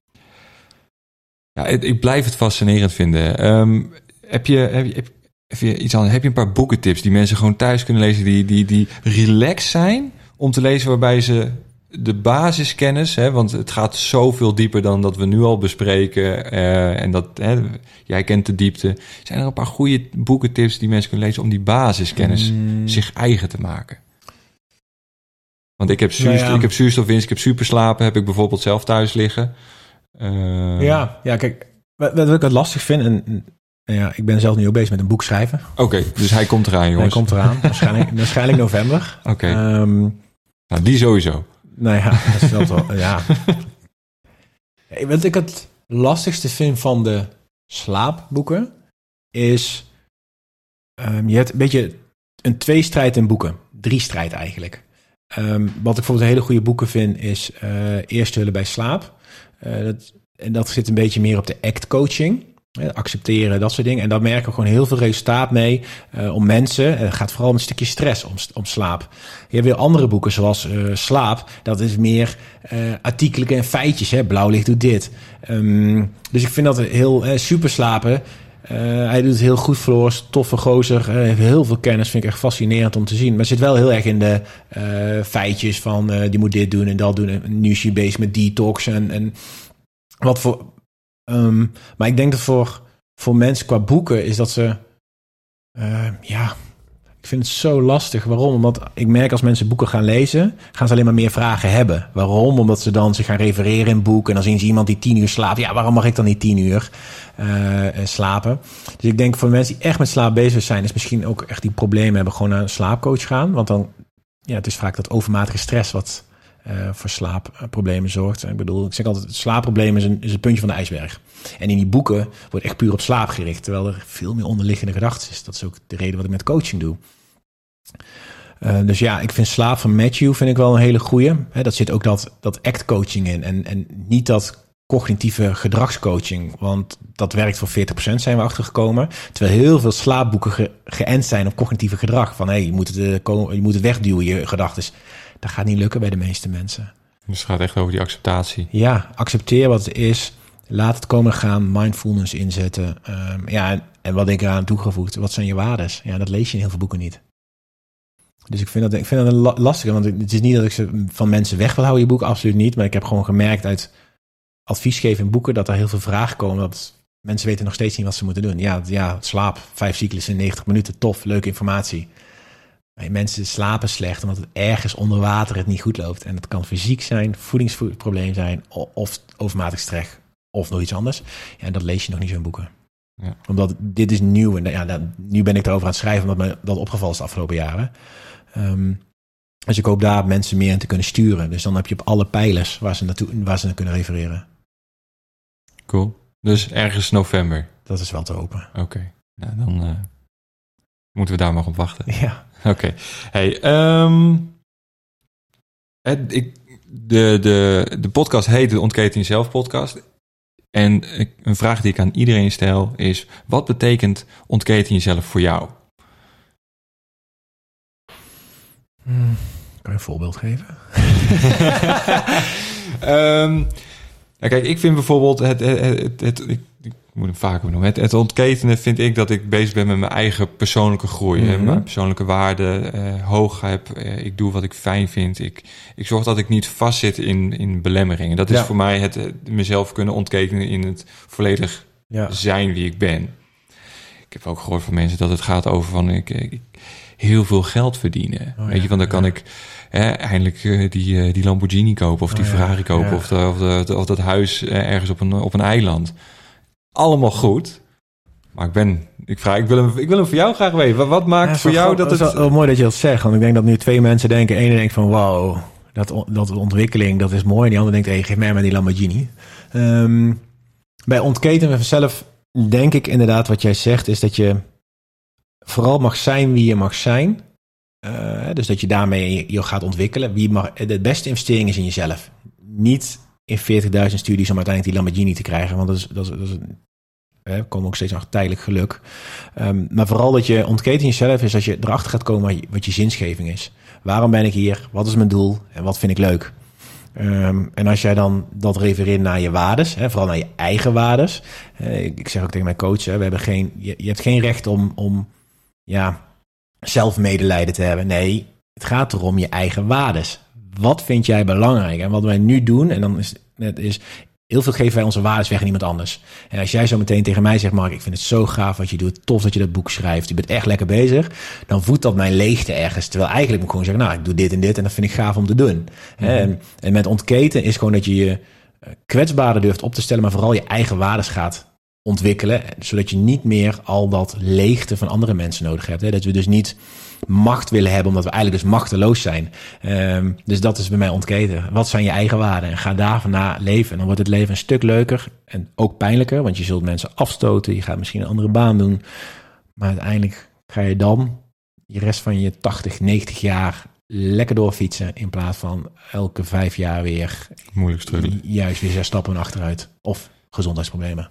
ja, ik, ik blijf het fascinerend vinden. Um, heb je... Heb je heb, Even iets anders. Heb je een paar boekentips die mensen gewoon thuis kunnen lezen, die, die, die relaxed zijn om te lezen, waarbij ze de basiskennis, hè, want het gaat zoveel dieper dan dat we nu al bespreken, uh, en dat hè, jij kent de diepte. Zijn er een paar goede boekentips die mensen kunnen lezen om die basiskennis mm. zich eigen te maken? Want ik heb, zuurstof, nou ja. ik heb zuurstofwinst, ik heb superslapen, heb ik bijvoorbeeld zelf thuis liggen. Uh, ja, ja, kijk, wat, wat ik het lastig vind, en ja, ik ben zelf nu ook bezig met een boek schrijven. Oké, okay, dus hij komt eraan, jongens. Hij komt eraan, waarschijnlijk, waarschijnlijk november. Oké. Okay. Um, nou, die sowieso. Nou ja, dat is wel zo, ja. Wat ik het lastigste vind van de slaapboeken is, um, je hebt een beetje een tweestrijd in boeken. Drie strijd eigenlijk. Um, wat ik bijvoorbeeld hele goede boeken vind is uh, Eerste hulp bij slaap. Uh, dat, en dat zit een beetje meer op de act coaching. Accepteren, dat soort dingen. En daar merken we gewoon heel veel resultaat mee uh, om mensen. Het gaat vooral om een stukje stress om, om slaap. Je hebt weer andere boeken zoals uh, Slaap. Dat is meer uh, artikelen en feitjes. Hè? Blauw licht doet dit. Um, dus ik vind dat heel uh, super slapen. Uh, hij doet het heel goed, Floors. Toffe gozer. Uh, heeft heel veel kennis. Vind ik echt fascinerend om te zien. Maar zit wel heel erg in de uh, feitjes van uh, die moet dit doen en dat doen. En nu is je bezig met detox en, en wat voor... Um, maar ik denk dat voor, voor mensen qua boeken is dat ze... Uh, ja, ik vind het zo lastig. Waarom? Omdat ik merk als mensen boeken gaan lezen, gaan ze alleen maar meer vragen hebben. Waarom? Omdat ze dan zich gaan refereren in boeken. En dan zien ze iemand die tien uur slaapt. Ja, waarom mag ik dan niet tien uur uh, slapen? Dus ik denk voor mensen die echt met slaap bezig zijn, is misschien ook echt die problemen hebben, gewoon naar een slaapcoach gaan. Want dan, ja, het is vaak dat overmatige stress wat... Uh, voor slaapproblemen zorgt. Ik bedoel, ik zeg altijd, het slaapprobleem is een, is een puntje van de ijsberg. En in die boeken wordt echt puur op slaap gericht, terwijl er veel meer onderliggende gedachten is. Dat is ook de reden wat ik met coaching doe. Uh, dus ja, ik vind Slaap van Matthew vind ik wel een hele goeie. He, dat zit ook dat, dat act coaching in en, en niet dat cognitieve gedragscoaching, want dat werkt voor veertig procent zijn we achtergekomen. Terwijl heel veel slaapboeken ge, geënt zijn op cognitieve gedrag. Van hé, hey, je moet het, uh, je moet het wegduwen, je gedachten. Dat gaat niet lukken bij de meeste mensen. Dus het gaat echt over die acceptatie. Ja, accepteer wat het is. Laat het komen gaan. Mindfulness inzetten. Um, ja, en, en wat ik eraan toegevoegd. Wat zijn je waardes? Ja, dat lees je in heel veel boeken niet. Dus ik vind dat, ik vind dat een lastige. Want het is niet dat ik ze van mensen weg wil houden, je boek. Absoluut niet. Maar ik heb gewoon gemerkt uit advies geven in boeken dat er heel veel vragen komen. Dat mensen weten nog steeds niet wat ze moeten doen. Ja, ja, slaap. Vijf cyclussen in negentig minuten. Tof, leuke informatie. Mensen slapen slecht omdat het ergens onder water het niet goed loopt. En dat kan fysiek zijn, voedingsprobleem zijn, of overmatig stress, of nog iets anders. Ja, en dat lees je nog niet zo in boeken. Ja. Omdat dit is nieuw. En ja, nou, nu ben ik erover aan het schrijven, omdat me dat opgevallen is de afgelopen jaren. Um, dus ik hoop daar mensen meer in te kunnen sturen. Dus dan heb je op alle pijlers waar ze naartoe, waar ze naar kunnen refereren. Cool. Dus ergens november. Dat is wel te hopen. Oké. Okay. Nou, dan... Uh... Moeten we daar maar op wachten? Ja. Oké. Okay. Hey, um, het, ik, de, de, de podcast heet de Ontketen Jezelf podcast. En ik, een vraag die ik aan iedereen stel is... wat betekent ontketen jezelf voor jou? Hmm, kan je een voorbeeld geven? um, ja, kijk, ik vind bijvoorbeeld... Het, het, het, het, ik, ik moet hem vaker noemen. Het, het ontketenen vind ik dat ik bezig ben met mijn eigen persoonlijke groei. Mm-hmm. Mijn persoonlijke waarden uh, hoog heb. Uh, ik doe wat ik fijn vind. Ik, ik zorg dat ik niet vastzit in, in belemmeringen. Dat is ja. voor mij het uh, mezelf kunnen ontketenen in het volledig ja. zijn wie ik ben. Ik heb ook gehoord van mensen dat het gaat over van ik, ik heel veel geld verdienen. Oh, Weet ja, je, want dan kan ja. ik hè, eindelijk uh, die, uh, die Lamborghini kopen of die oh, Ferrari kopen ja. of, de, of, de, of dat huis uh, ergens op een, op een eiland. Allemaal goed. Maar ik ben, ik vraag, ik wil hem, ik wil hem voor jou graag weten. Wat, wat maakt ja, voor jou dat het... Het is wel, wel mooi dat je dat zegt. Want ik denk dat nu twee mensen denken. Eén denkt van, wow, dat, dat ontwikkeling, dat is mooi. En die ander denkt, hey, geef mij maar die Lamborghini. Um, bij ontketen van zelf denk ik inderdaad wat jij zegt, is dat je vooral mag zijn wie je mag zijn. Uh, dus dat je daarmee je gaat ontwikkelen. Wie mag, de beste investering is in jezelf. Niet in veertigduizend studies om uiteindelijk die Lamborghini te krijgen. Want dat is, dat is, dat is een, hè, komt ook steeds nog tijdelijk geluk. Um, maar vooral dat je ontketen jezelf is als je erachter gaat komen wat je zinsgeving is. Waarom ben ik hier? Wat is mijn doel? En wat vind ik leuk? Um, en als jij dan dat refereert naar je waardes, hè, vooral naar je eigen waardes. Uh, ik zeg ook tegen mijn coach, hè, we hebben geen, je, je hebt geen recht om, om ja, zelfmedelijden te hebben. Nee, het gaat erom je eigen waardes. Wat vind jij belangrijk? En wat wij nu doen, en dan is het is heel veel geven wij onze waardes weg aan iemand anders. En als jij zo meteen tegen mij zegt, Mark, ik vind het zo gaaf wat je doet, tof dat je dat boek schrijft, je bent echt lekker bezig, dan voedt dat mijn leegte ergens. Terwijl eigenlijk moet ik gewoon zeggen, nou, ik doe dit en dit en dat vind ik gaaf om te doen. Mm-hmm. En, en met ontketen is gewoon dat je je kwetsbaarder durft op te stellen, maar vooral je eigen waardes gaat ontwikkelen, zodat je niet meer al dat leegte van andere mensen nodig hebt. Hè? Dat we dus niet macht willen hebben, omdat we eigenlijk dus machteloos zijn. Um, dus dat is bij mij ontketen. Wat zijn je eigen waarden? En ga daarvan na leven. En dan wordt het leven een stuk leuker en ook pijnlijker, want je zult mensen afstoten, je gaat misschien een andere baan doen, maar uiteindelijk ga je dan de rest van je tachtig, negentig jaar lekker doorfietsen, in plaats van elke vijf jaar weer moeilijk struggelen. Juist weer zes stappen achteruit. Of gezondheidsproblemen.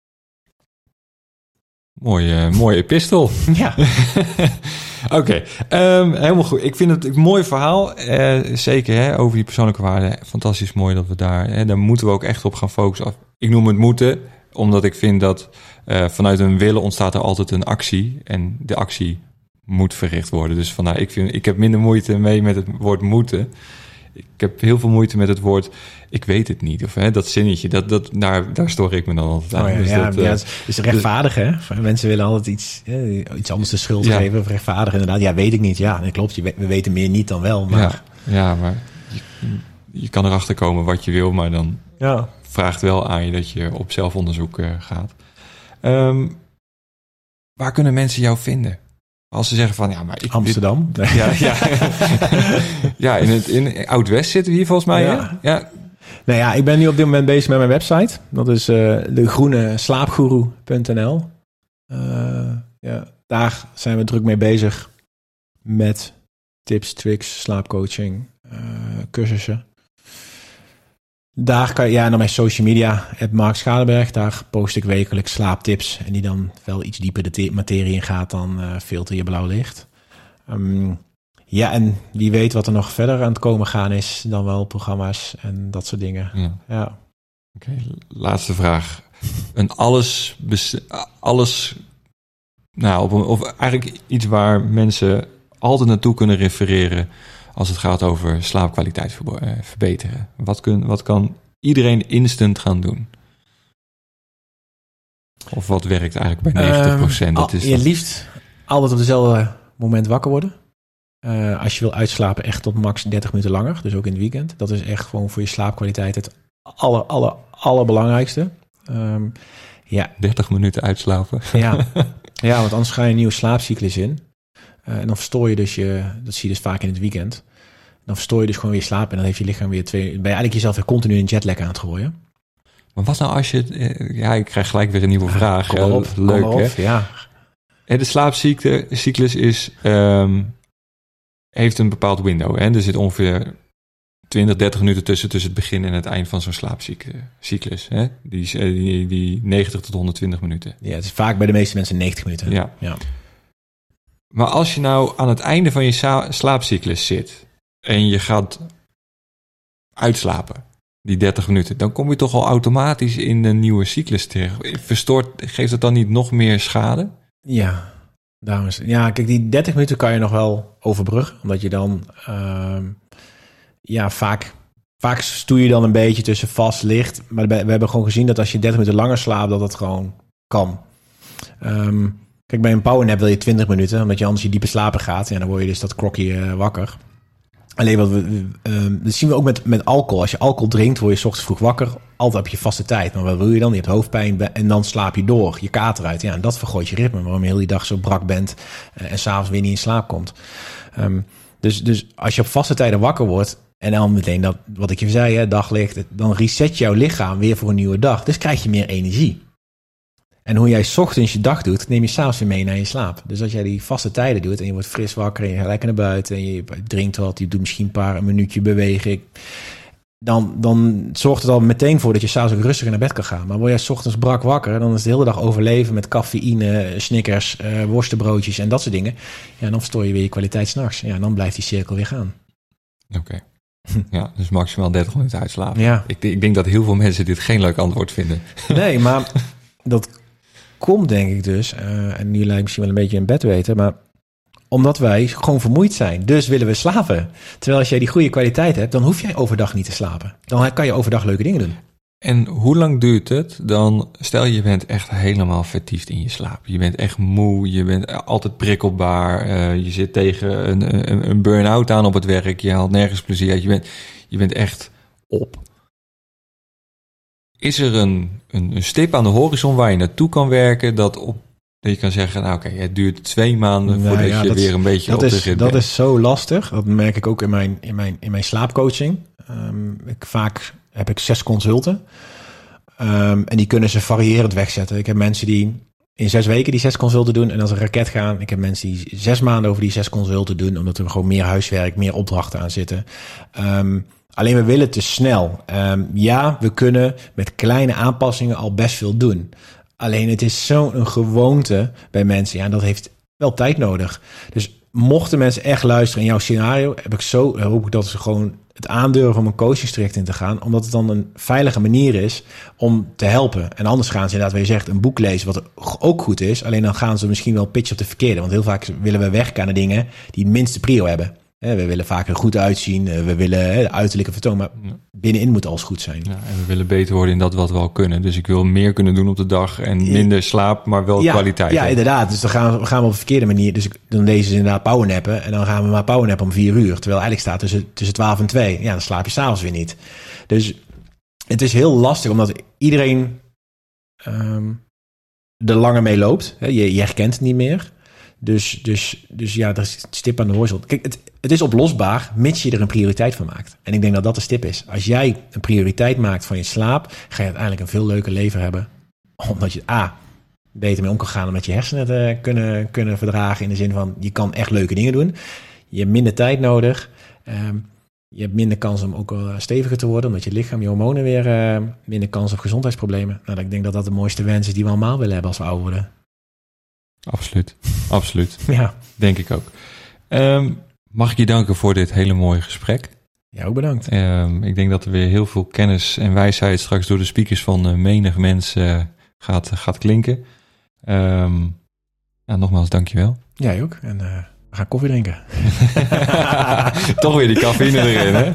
Mooie, mooie epistel. Ja. Oké, okay, um, helemaal goed. Ik vind het een mooi verhaal. Uh, zeker hè, over die persoonlijke waarden. Fantastisch mooi dat we daar... Hè, daar moeten we ook echt op gaan focussen. Ik noem het moeten, omdat ik vind dat uh, vanuit een willen ontstaat er altijd een actie. En de actie moet verricht worden. Dus vandaar, ik, vind, ik heb minder moeite mee met het woord moeten. Ik heb heel veel moeite met het woord ik weet het niet. Of hè, dat zinnetje, dat, dat, daar, daar stoor ik me dan altijd aan. Oh ja, dus ja, dat, ja, het is rechtvaardig, dus, hè? Mensen willen altijd iets, eh, iets anders de schuld ja. geven. Of rechtvaardig, inderdaad. Ja, weet ik niet. Ja, dat klopt. We weten meer niet dan wel. Maar... Ja, ja, maar je, je kan erachter komen wat je wil, maar dan ja. vraagt wel aan je dat je op zelfonderzoek uh, gaat. Um, waar kunnen mensen jou vinden? Als ze zeggen van, ja, maar... Ik, Amsterdam. Dit, ja, ja. ja, in het in Oud-West zitten we hier volgens mij. Ja. ja. Nou ja, ik ben nu op dit moment bezig met mijn website. Dat is uh, de groene slaapgoeroe punt n l. Uh, ja, daar zijn we druk mee bezig met tips, tricks, slaapcoaching, uh, cursussen. Daar kan je, ja, en dan mijn social media, at Mark Schadeberg, daar post ik wekelijks slaaptips. En die dan wel iets dieper de te- materie in gaat dan uh, filter je blauw licht. Um, ja, en wie weet wat er nog verder aan het komen gaan is dan wel programma's en dat soort dingen. Ja. ja. Oké, okay, laatste vraag. Een alles, bes- alles, nou, op een, of eigenlijk iets waar mensen altijd naartoe kunnen refereren als het gaat over slaapkwaliteit verbo- uh, verbeteren. Wat, kun, wat kan iedereen instant gaan doen? Of wat werkt eigenlijk bij negentig procent? Um, dat is je dat... liefst altijd op dezelfde moment wakker worden. Uh, als je wil uitslapen, echt tot max dertig minuten langer. Dus ook in het weekend. Dat is echt gewoon voor je slaapkwaliteit het aller, aller, allerbelangrijkste. Um, ja. dertig minuten uitslapen. Ja. ja, want anders ga je een nieuwe slaapcyclus in. Uh, en dan verstoor je dus je, dat zie je dus vaak in het weekend. Dan verstoor je dus gewoon weer slaap en dan heeft je lichaam weer twee... Ben je eigenlijk jezelf weer continu een jetlag aan het gooien. Maar wat nou als je... Ja, ik krijg gelijk weer een nieuwe vraag. Kom maar op, Leuk, kom maar op, hè? Ja. de slaapcyclus is, um, heeft een bepaald window. Hè? Er zit ongeveer twintig, dertig minuten tussen, tussen het begin en het eind van zo'n slaapcyclus. Hè? Die, die, die negentig tot honderdtwintig minuten. Ja, het is vaak bij de meeste mensen negentig minuten. Ja. ja. Maar als je nou aan het einde van je sa- slaapcyclus zit en je gaat uitslapen, die dertig minuten, dan kom je toch al automatisch in de nieuwe cyclus terecht. Verstoort, geeft het dan niet nog meer schade? Ja, daarom is, ja, kijk, die dertig minuten kan je nog wel overbruggen, omdat je dan, uh, ja, vaak, vaak stoei je dan een beetje tussen vast, licht. Maar we hebben gewoon gezien dat als je dertig minuten langer slaapt, dat dat gewoon kan. Um, kijk, bij een powernap wil je twintig minuten, omdat je anders je diepe slapen gaat. Ja, dan word je dus dat klokje uh, wakker. Alleen wat we, uh, dat zien we ook met, met alcohol. Als je alcohol drinkt, word je 's ochtends vroeg wakker. Altijd op je vaste tijd. Maar wat wil je dan? Je hebt hoofdpijn en dan slaap je door. Je kater uit. Ja, en dat vergooit je ritme. Waarom je heel die dag zo brak bent uh, en s'avonds weer niet in slaap komt. Um, dus, dus als je op vaste tijden wakker wordt en dan meteen dat, wat ik je zei, hè, daglicht, dan reset jouw lichaam weer voor een nieuwe dag. Dus krijg je meer energie. En hoe jij 's ochtends je dag doet, neem je s'avonds weer mee naar je slaap. Dus als jij die vaste tijden doet en je wordt fris wakker en je gaat lekker naar buiten en je drinkt wat, je doet misschien een paar een minuutje bewegen, dan, dan zorgt het al meteen voor dat je s'avonds ook rustiger naar bed kan gaan. Maar word jij 's ochtends brak wakker, dan is de hele dag overleven met cafeïne, Snickers, uh, worstenbroodjes en dat soort dingen. Ja, dan verstoor je weer je kwaliteit 's nachts. Ja, dan blijft die cirkel weer gaan. Oké. Okay. Ja, dus maximaal dertig minuten uitslapen. Ja. Ik, ik denk dat heel veel mensen dit geen leuk antwoord vinden. Nee, maar dat komt denk ik dus, uh, en nu lijkt misschien wel een beetje een bedweter, maar omdat wij gewoon vermoeid zijn. Dus willen we slapen. Terwijl als jij die goede kwaliteit hebt, dan hoef jij overdag niet te slapen. Dan kan je overdag leuke dingen doen. En hoe lang duurt het dan? Stel je bent echt helemaal vertiefd in je slaap. Je bent echt moe, je bent altijd prikkelbaar. Uh, je zit tegen een, een, een burn-out aan op het werk. Je haalt nergens plezier uit. Je bent, je bent echt op. Is er een, een, een stip aan de horizon waar je naartoe kan werken, dat, op, dat je kan zeggen, nou oké, okay, het duurt twee maanden nou, voordat ja, je weer een beetje op de rit bent? Dat is zo lastig. Dat merk ik ook in mijn, in mijn, in mijn slaapcoaching. Um, ik, vaak heb ik zes consulten. Um, en die kunnen ze variërend wegzetten. Ik heb mensen die in zes weken die zes consulten doen en als een raket gaan. Ik heb mensen die zes maanden over die zes consulten doen, omdat er gewoon meer huiswerk, meer opdrachten aan zitten. Um, Alleen we willen te snel. Um, ja, we kunnen met kleine aanpassingen al best veel doen. Alleen het is zo'n gewoonte bij mensen. Ja, dat heeft wel tijd nodig. Dus mochten mensen echt luisteren in jouw scenario, heb ik zo, hoop ik dat ze gewoon het aandurven om een coachingstraject in te gaan. Omdat het dan een veilige manier is om te helpen. En anders gaan ze inderdaad, wat je zegt, een boek lezen, wat ook goed is. Alleen dan gaan ze misschien wel pitchen op de verkeerde. Want heel vaak willen we werken aan de dingen die het minste prio hebben. We willen vaak er goed uitzien. We willen de uiterlijke vertoon. Maar binnenin moet alles goed zijn. Ja, en we willen beter worden in dat wat we al kunnen. Dus ik wil meer kunnen doen op de dag. En minder slaap, maar wel ja, kwaliteit. Ja, inderdaad. Dus dan gaan we, gaan we op de verkeerde manier. Dus dan lezen ze inderdaad powernappen. En dan gaan we maar powernappen om vier uur. Terwijl eigenlijk staat tussen, tussen twaalf en twee. Ja, dan slaap je s'avonds weer niet. Dus het is heel lastig. Omdat iedereen um, er langer mee loopt. Je, je herkent het niet meer. Dus, dus, dus ja, dat is stip aan de horizon. Kijk, het, het is oplosbaar, mits je er een prioriteit van maakt. En ik denk dat dat de stip is. Als jij een prioriteit maakt van je slaap, ga je uiteindelijk een veel leuker leven hebben. Omdat je A, beter mee om kan gaan, omdat je hersenen het uh, kunnen, kunnen verdragen. In de zin van, je kan echt leuke dingen doen. Je hebt minder tijd nodig. Um, je hebt minder kans om ook wel steviger te worden, omdat je lichaam, je hormonen weer uh, minder kans op gezondheidsproblemen. Nou, ik denk dat dat de mooiste wens is die we allemaal willen hebben als we ouder worden. Absoluut, absoluut. Ja. Denk ik ook. Um, mag ik je danken voor dit hele mooie gesprek. Ja, ook bedankt. Um, ik denk dat er weer heel veel kennis en wijsheid straks door de speakers van uh, menig mens uh, gaat, uh, gaat klinken. Um, nou, nogmaals, dankjewel. Jij ook. En uh, we gaan koffie drinken. Toch weer die cafeïne erin, hè?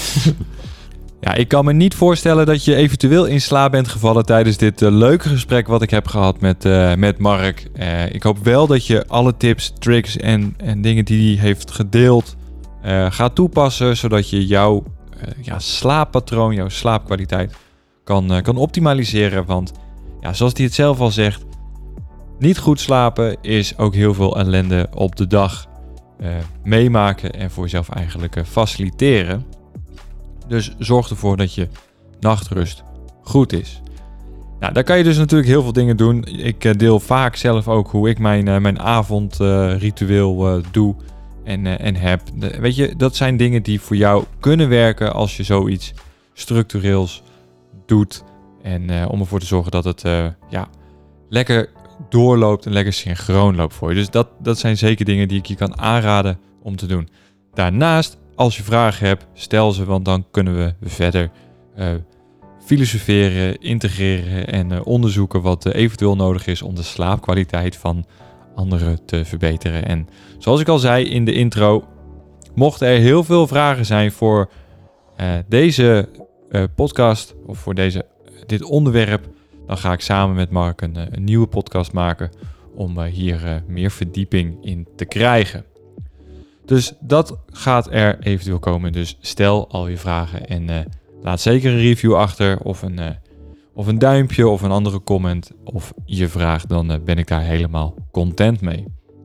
Ja, ik kan me niet voorstellen dat je eventueel in slaap bent gevallen tijdens dit uh, leuke gesprek wat ik heb gehad met, uh, met Mark. Uh, ik hoop wel dat je alle tips, tricks en, en dingen die hij heeft gedeeld uh, gaat toepassen, zodat je jouw uh, ja, slaappatroon, jouw slaapkwaliteit kan, uh, kan optimaliseren. Want ja, zoals hij het zelf al zegt, niet goed slapen is ook heel veel ellende op de dag uh, meemaken en voor jezelf eigenlijk uh, faciliteren. Dus zorg ervoor dat je nachtrust goed is. Nou, daar kan je dus natuurlijk heel veel dingen doen. Ik uh, deel vaak zelf ook hoe ik mijn, uh, mijn avondritueel uh, uh, doe en, uh, en heb. De, weet je, dat zijn dingen die voor jou kunnen werken als je zoiets structureels doet. En uh, om ervoor te zorgen dat het uh, ja, lekker doorloopt en lekker synchroon loopt voor je. Dus dat, dat zijn zeker dingen die ik je kan aanraden om te doen. Daarnaast, als je vragen hebt, stel ze, want dan kunnen we verder uh, filosoferen, integreren en uh, onderzoeken wat uh, eventueel nodig is om de slaapkwaliteit van anderen te verbeteren. En zoals ik al zei in de intro, mochten er heel veel vragen zijn voor uh, deze uh, podcast of voor deze, uh, dit onderwerp, dan ga ik samen met Mark een, uh, een nieuwe podcast maken om uh, hier uh, meer verdieping in te krijgen. Dus dat gaat er eventueel komen. Dus stel al je vragen en uh, laat zeker een review achter of een, uh, of een duimpje of een andere comment of je vraag. Dan uh, ben ik daar helemaal content mee.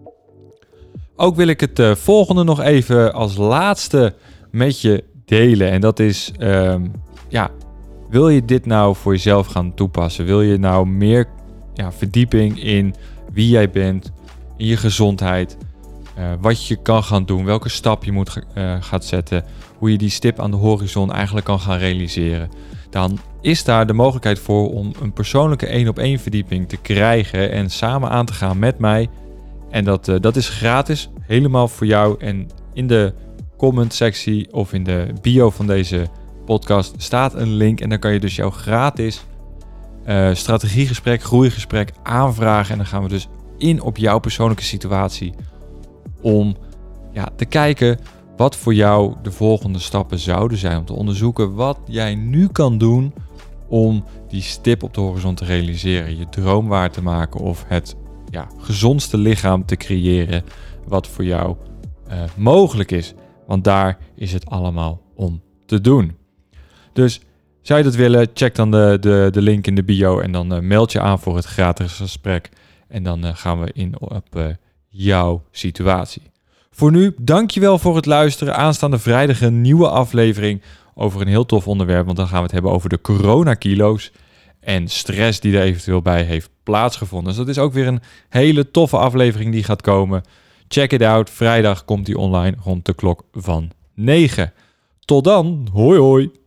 Ook wil ik het uh, volgende nog even als laatste met je delen. En dat is, um, ja, wil je dit nou voor jezelf gaan toepassen? Wil je nou meer ja, verdieping in wie jij bent, in je gezondheid, uh, wat je kan gaan doen, welke stap je moet uh, gaan zetten, hoe je die stip aan de horizon eigenlijk kan gaan realiseren? Dan is daar de mogelijkheid voor om een persoonlijke één op één verdieping te krijgen en samen aan te gaan met mij. En dat, uh, dat is gratis, helemaal voor jou. En in de comment sectie of in de bio van deze podcast staat een link. En dan kan je dus jouw gratis uh, strategiegesprek, groeigesprek aanvragen. En dan gaan we dus in op jouw persoonlijke situatie om ja, te kijken wat voor jou de volgende stappen zouden zijn. Om te onderzoeken wat jij nu kan doen om die stip op de horizon te realiseren. Je droom waar te maken of het ja, gezondste lichaam te creëren wat voor jou uh, mogelijk is. Want daar is het allemaal om te doen. Dus zou je dat willen, check dan de, de, de link in de bio en dan uh, meld je aan voor het gratis gesprek. En dan uh, gaan we in op uh, jouw situatie. Voor nu, dankjewel voor het luisteren. Aanstaande vrijdag een nieuwe aflevering over een heel tof onderwerp. Want dan gaan we het hebben over de coronakilo's en stress die er eventueel bij heeft plaatsgevonden. Dus dat is ook weer een hele toffe aflevering die gaat komen. Check it out. Vrijdag komt die online rond de klok van negen. Tot dan. Hoi hoi.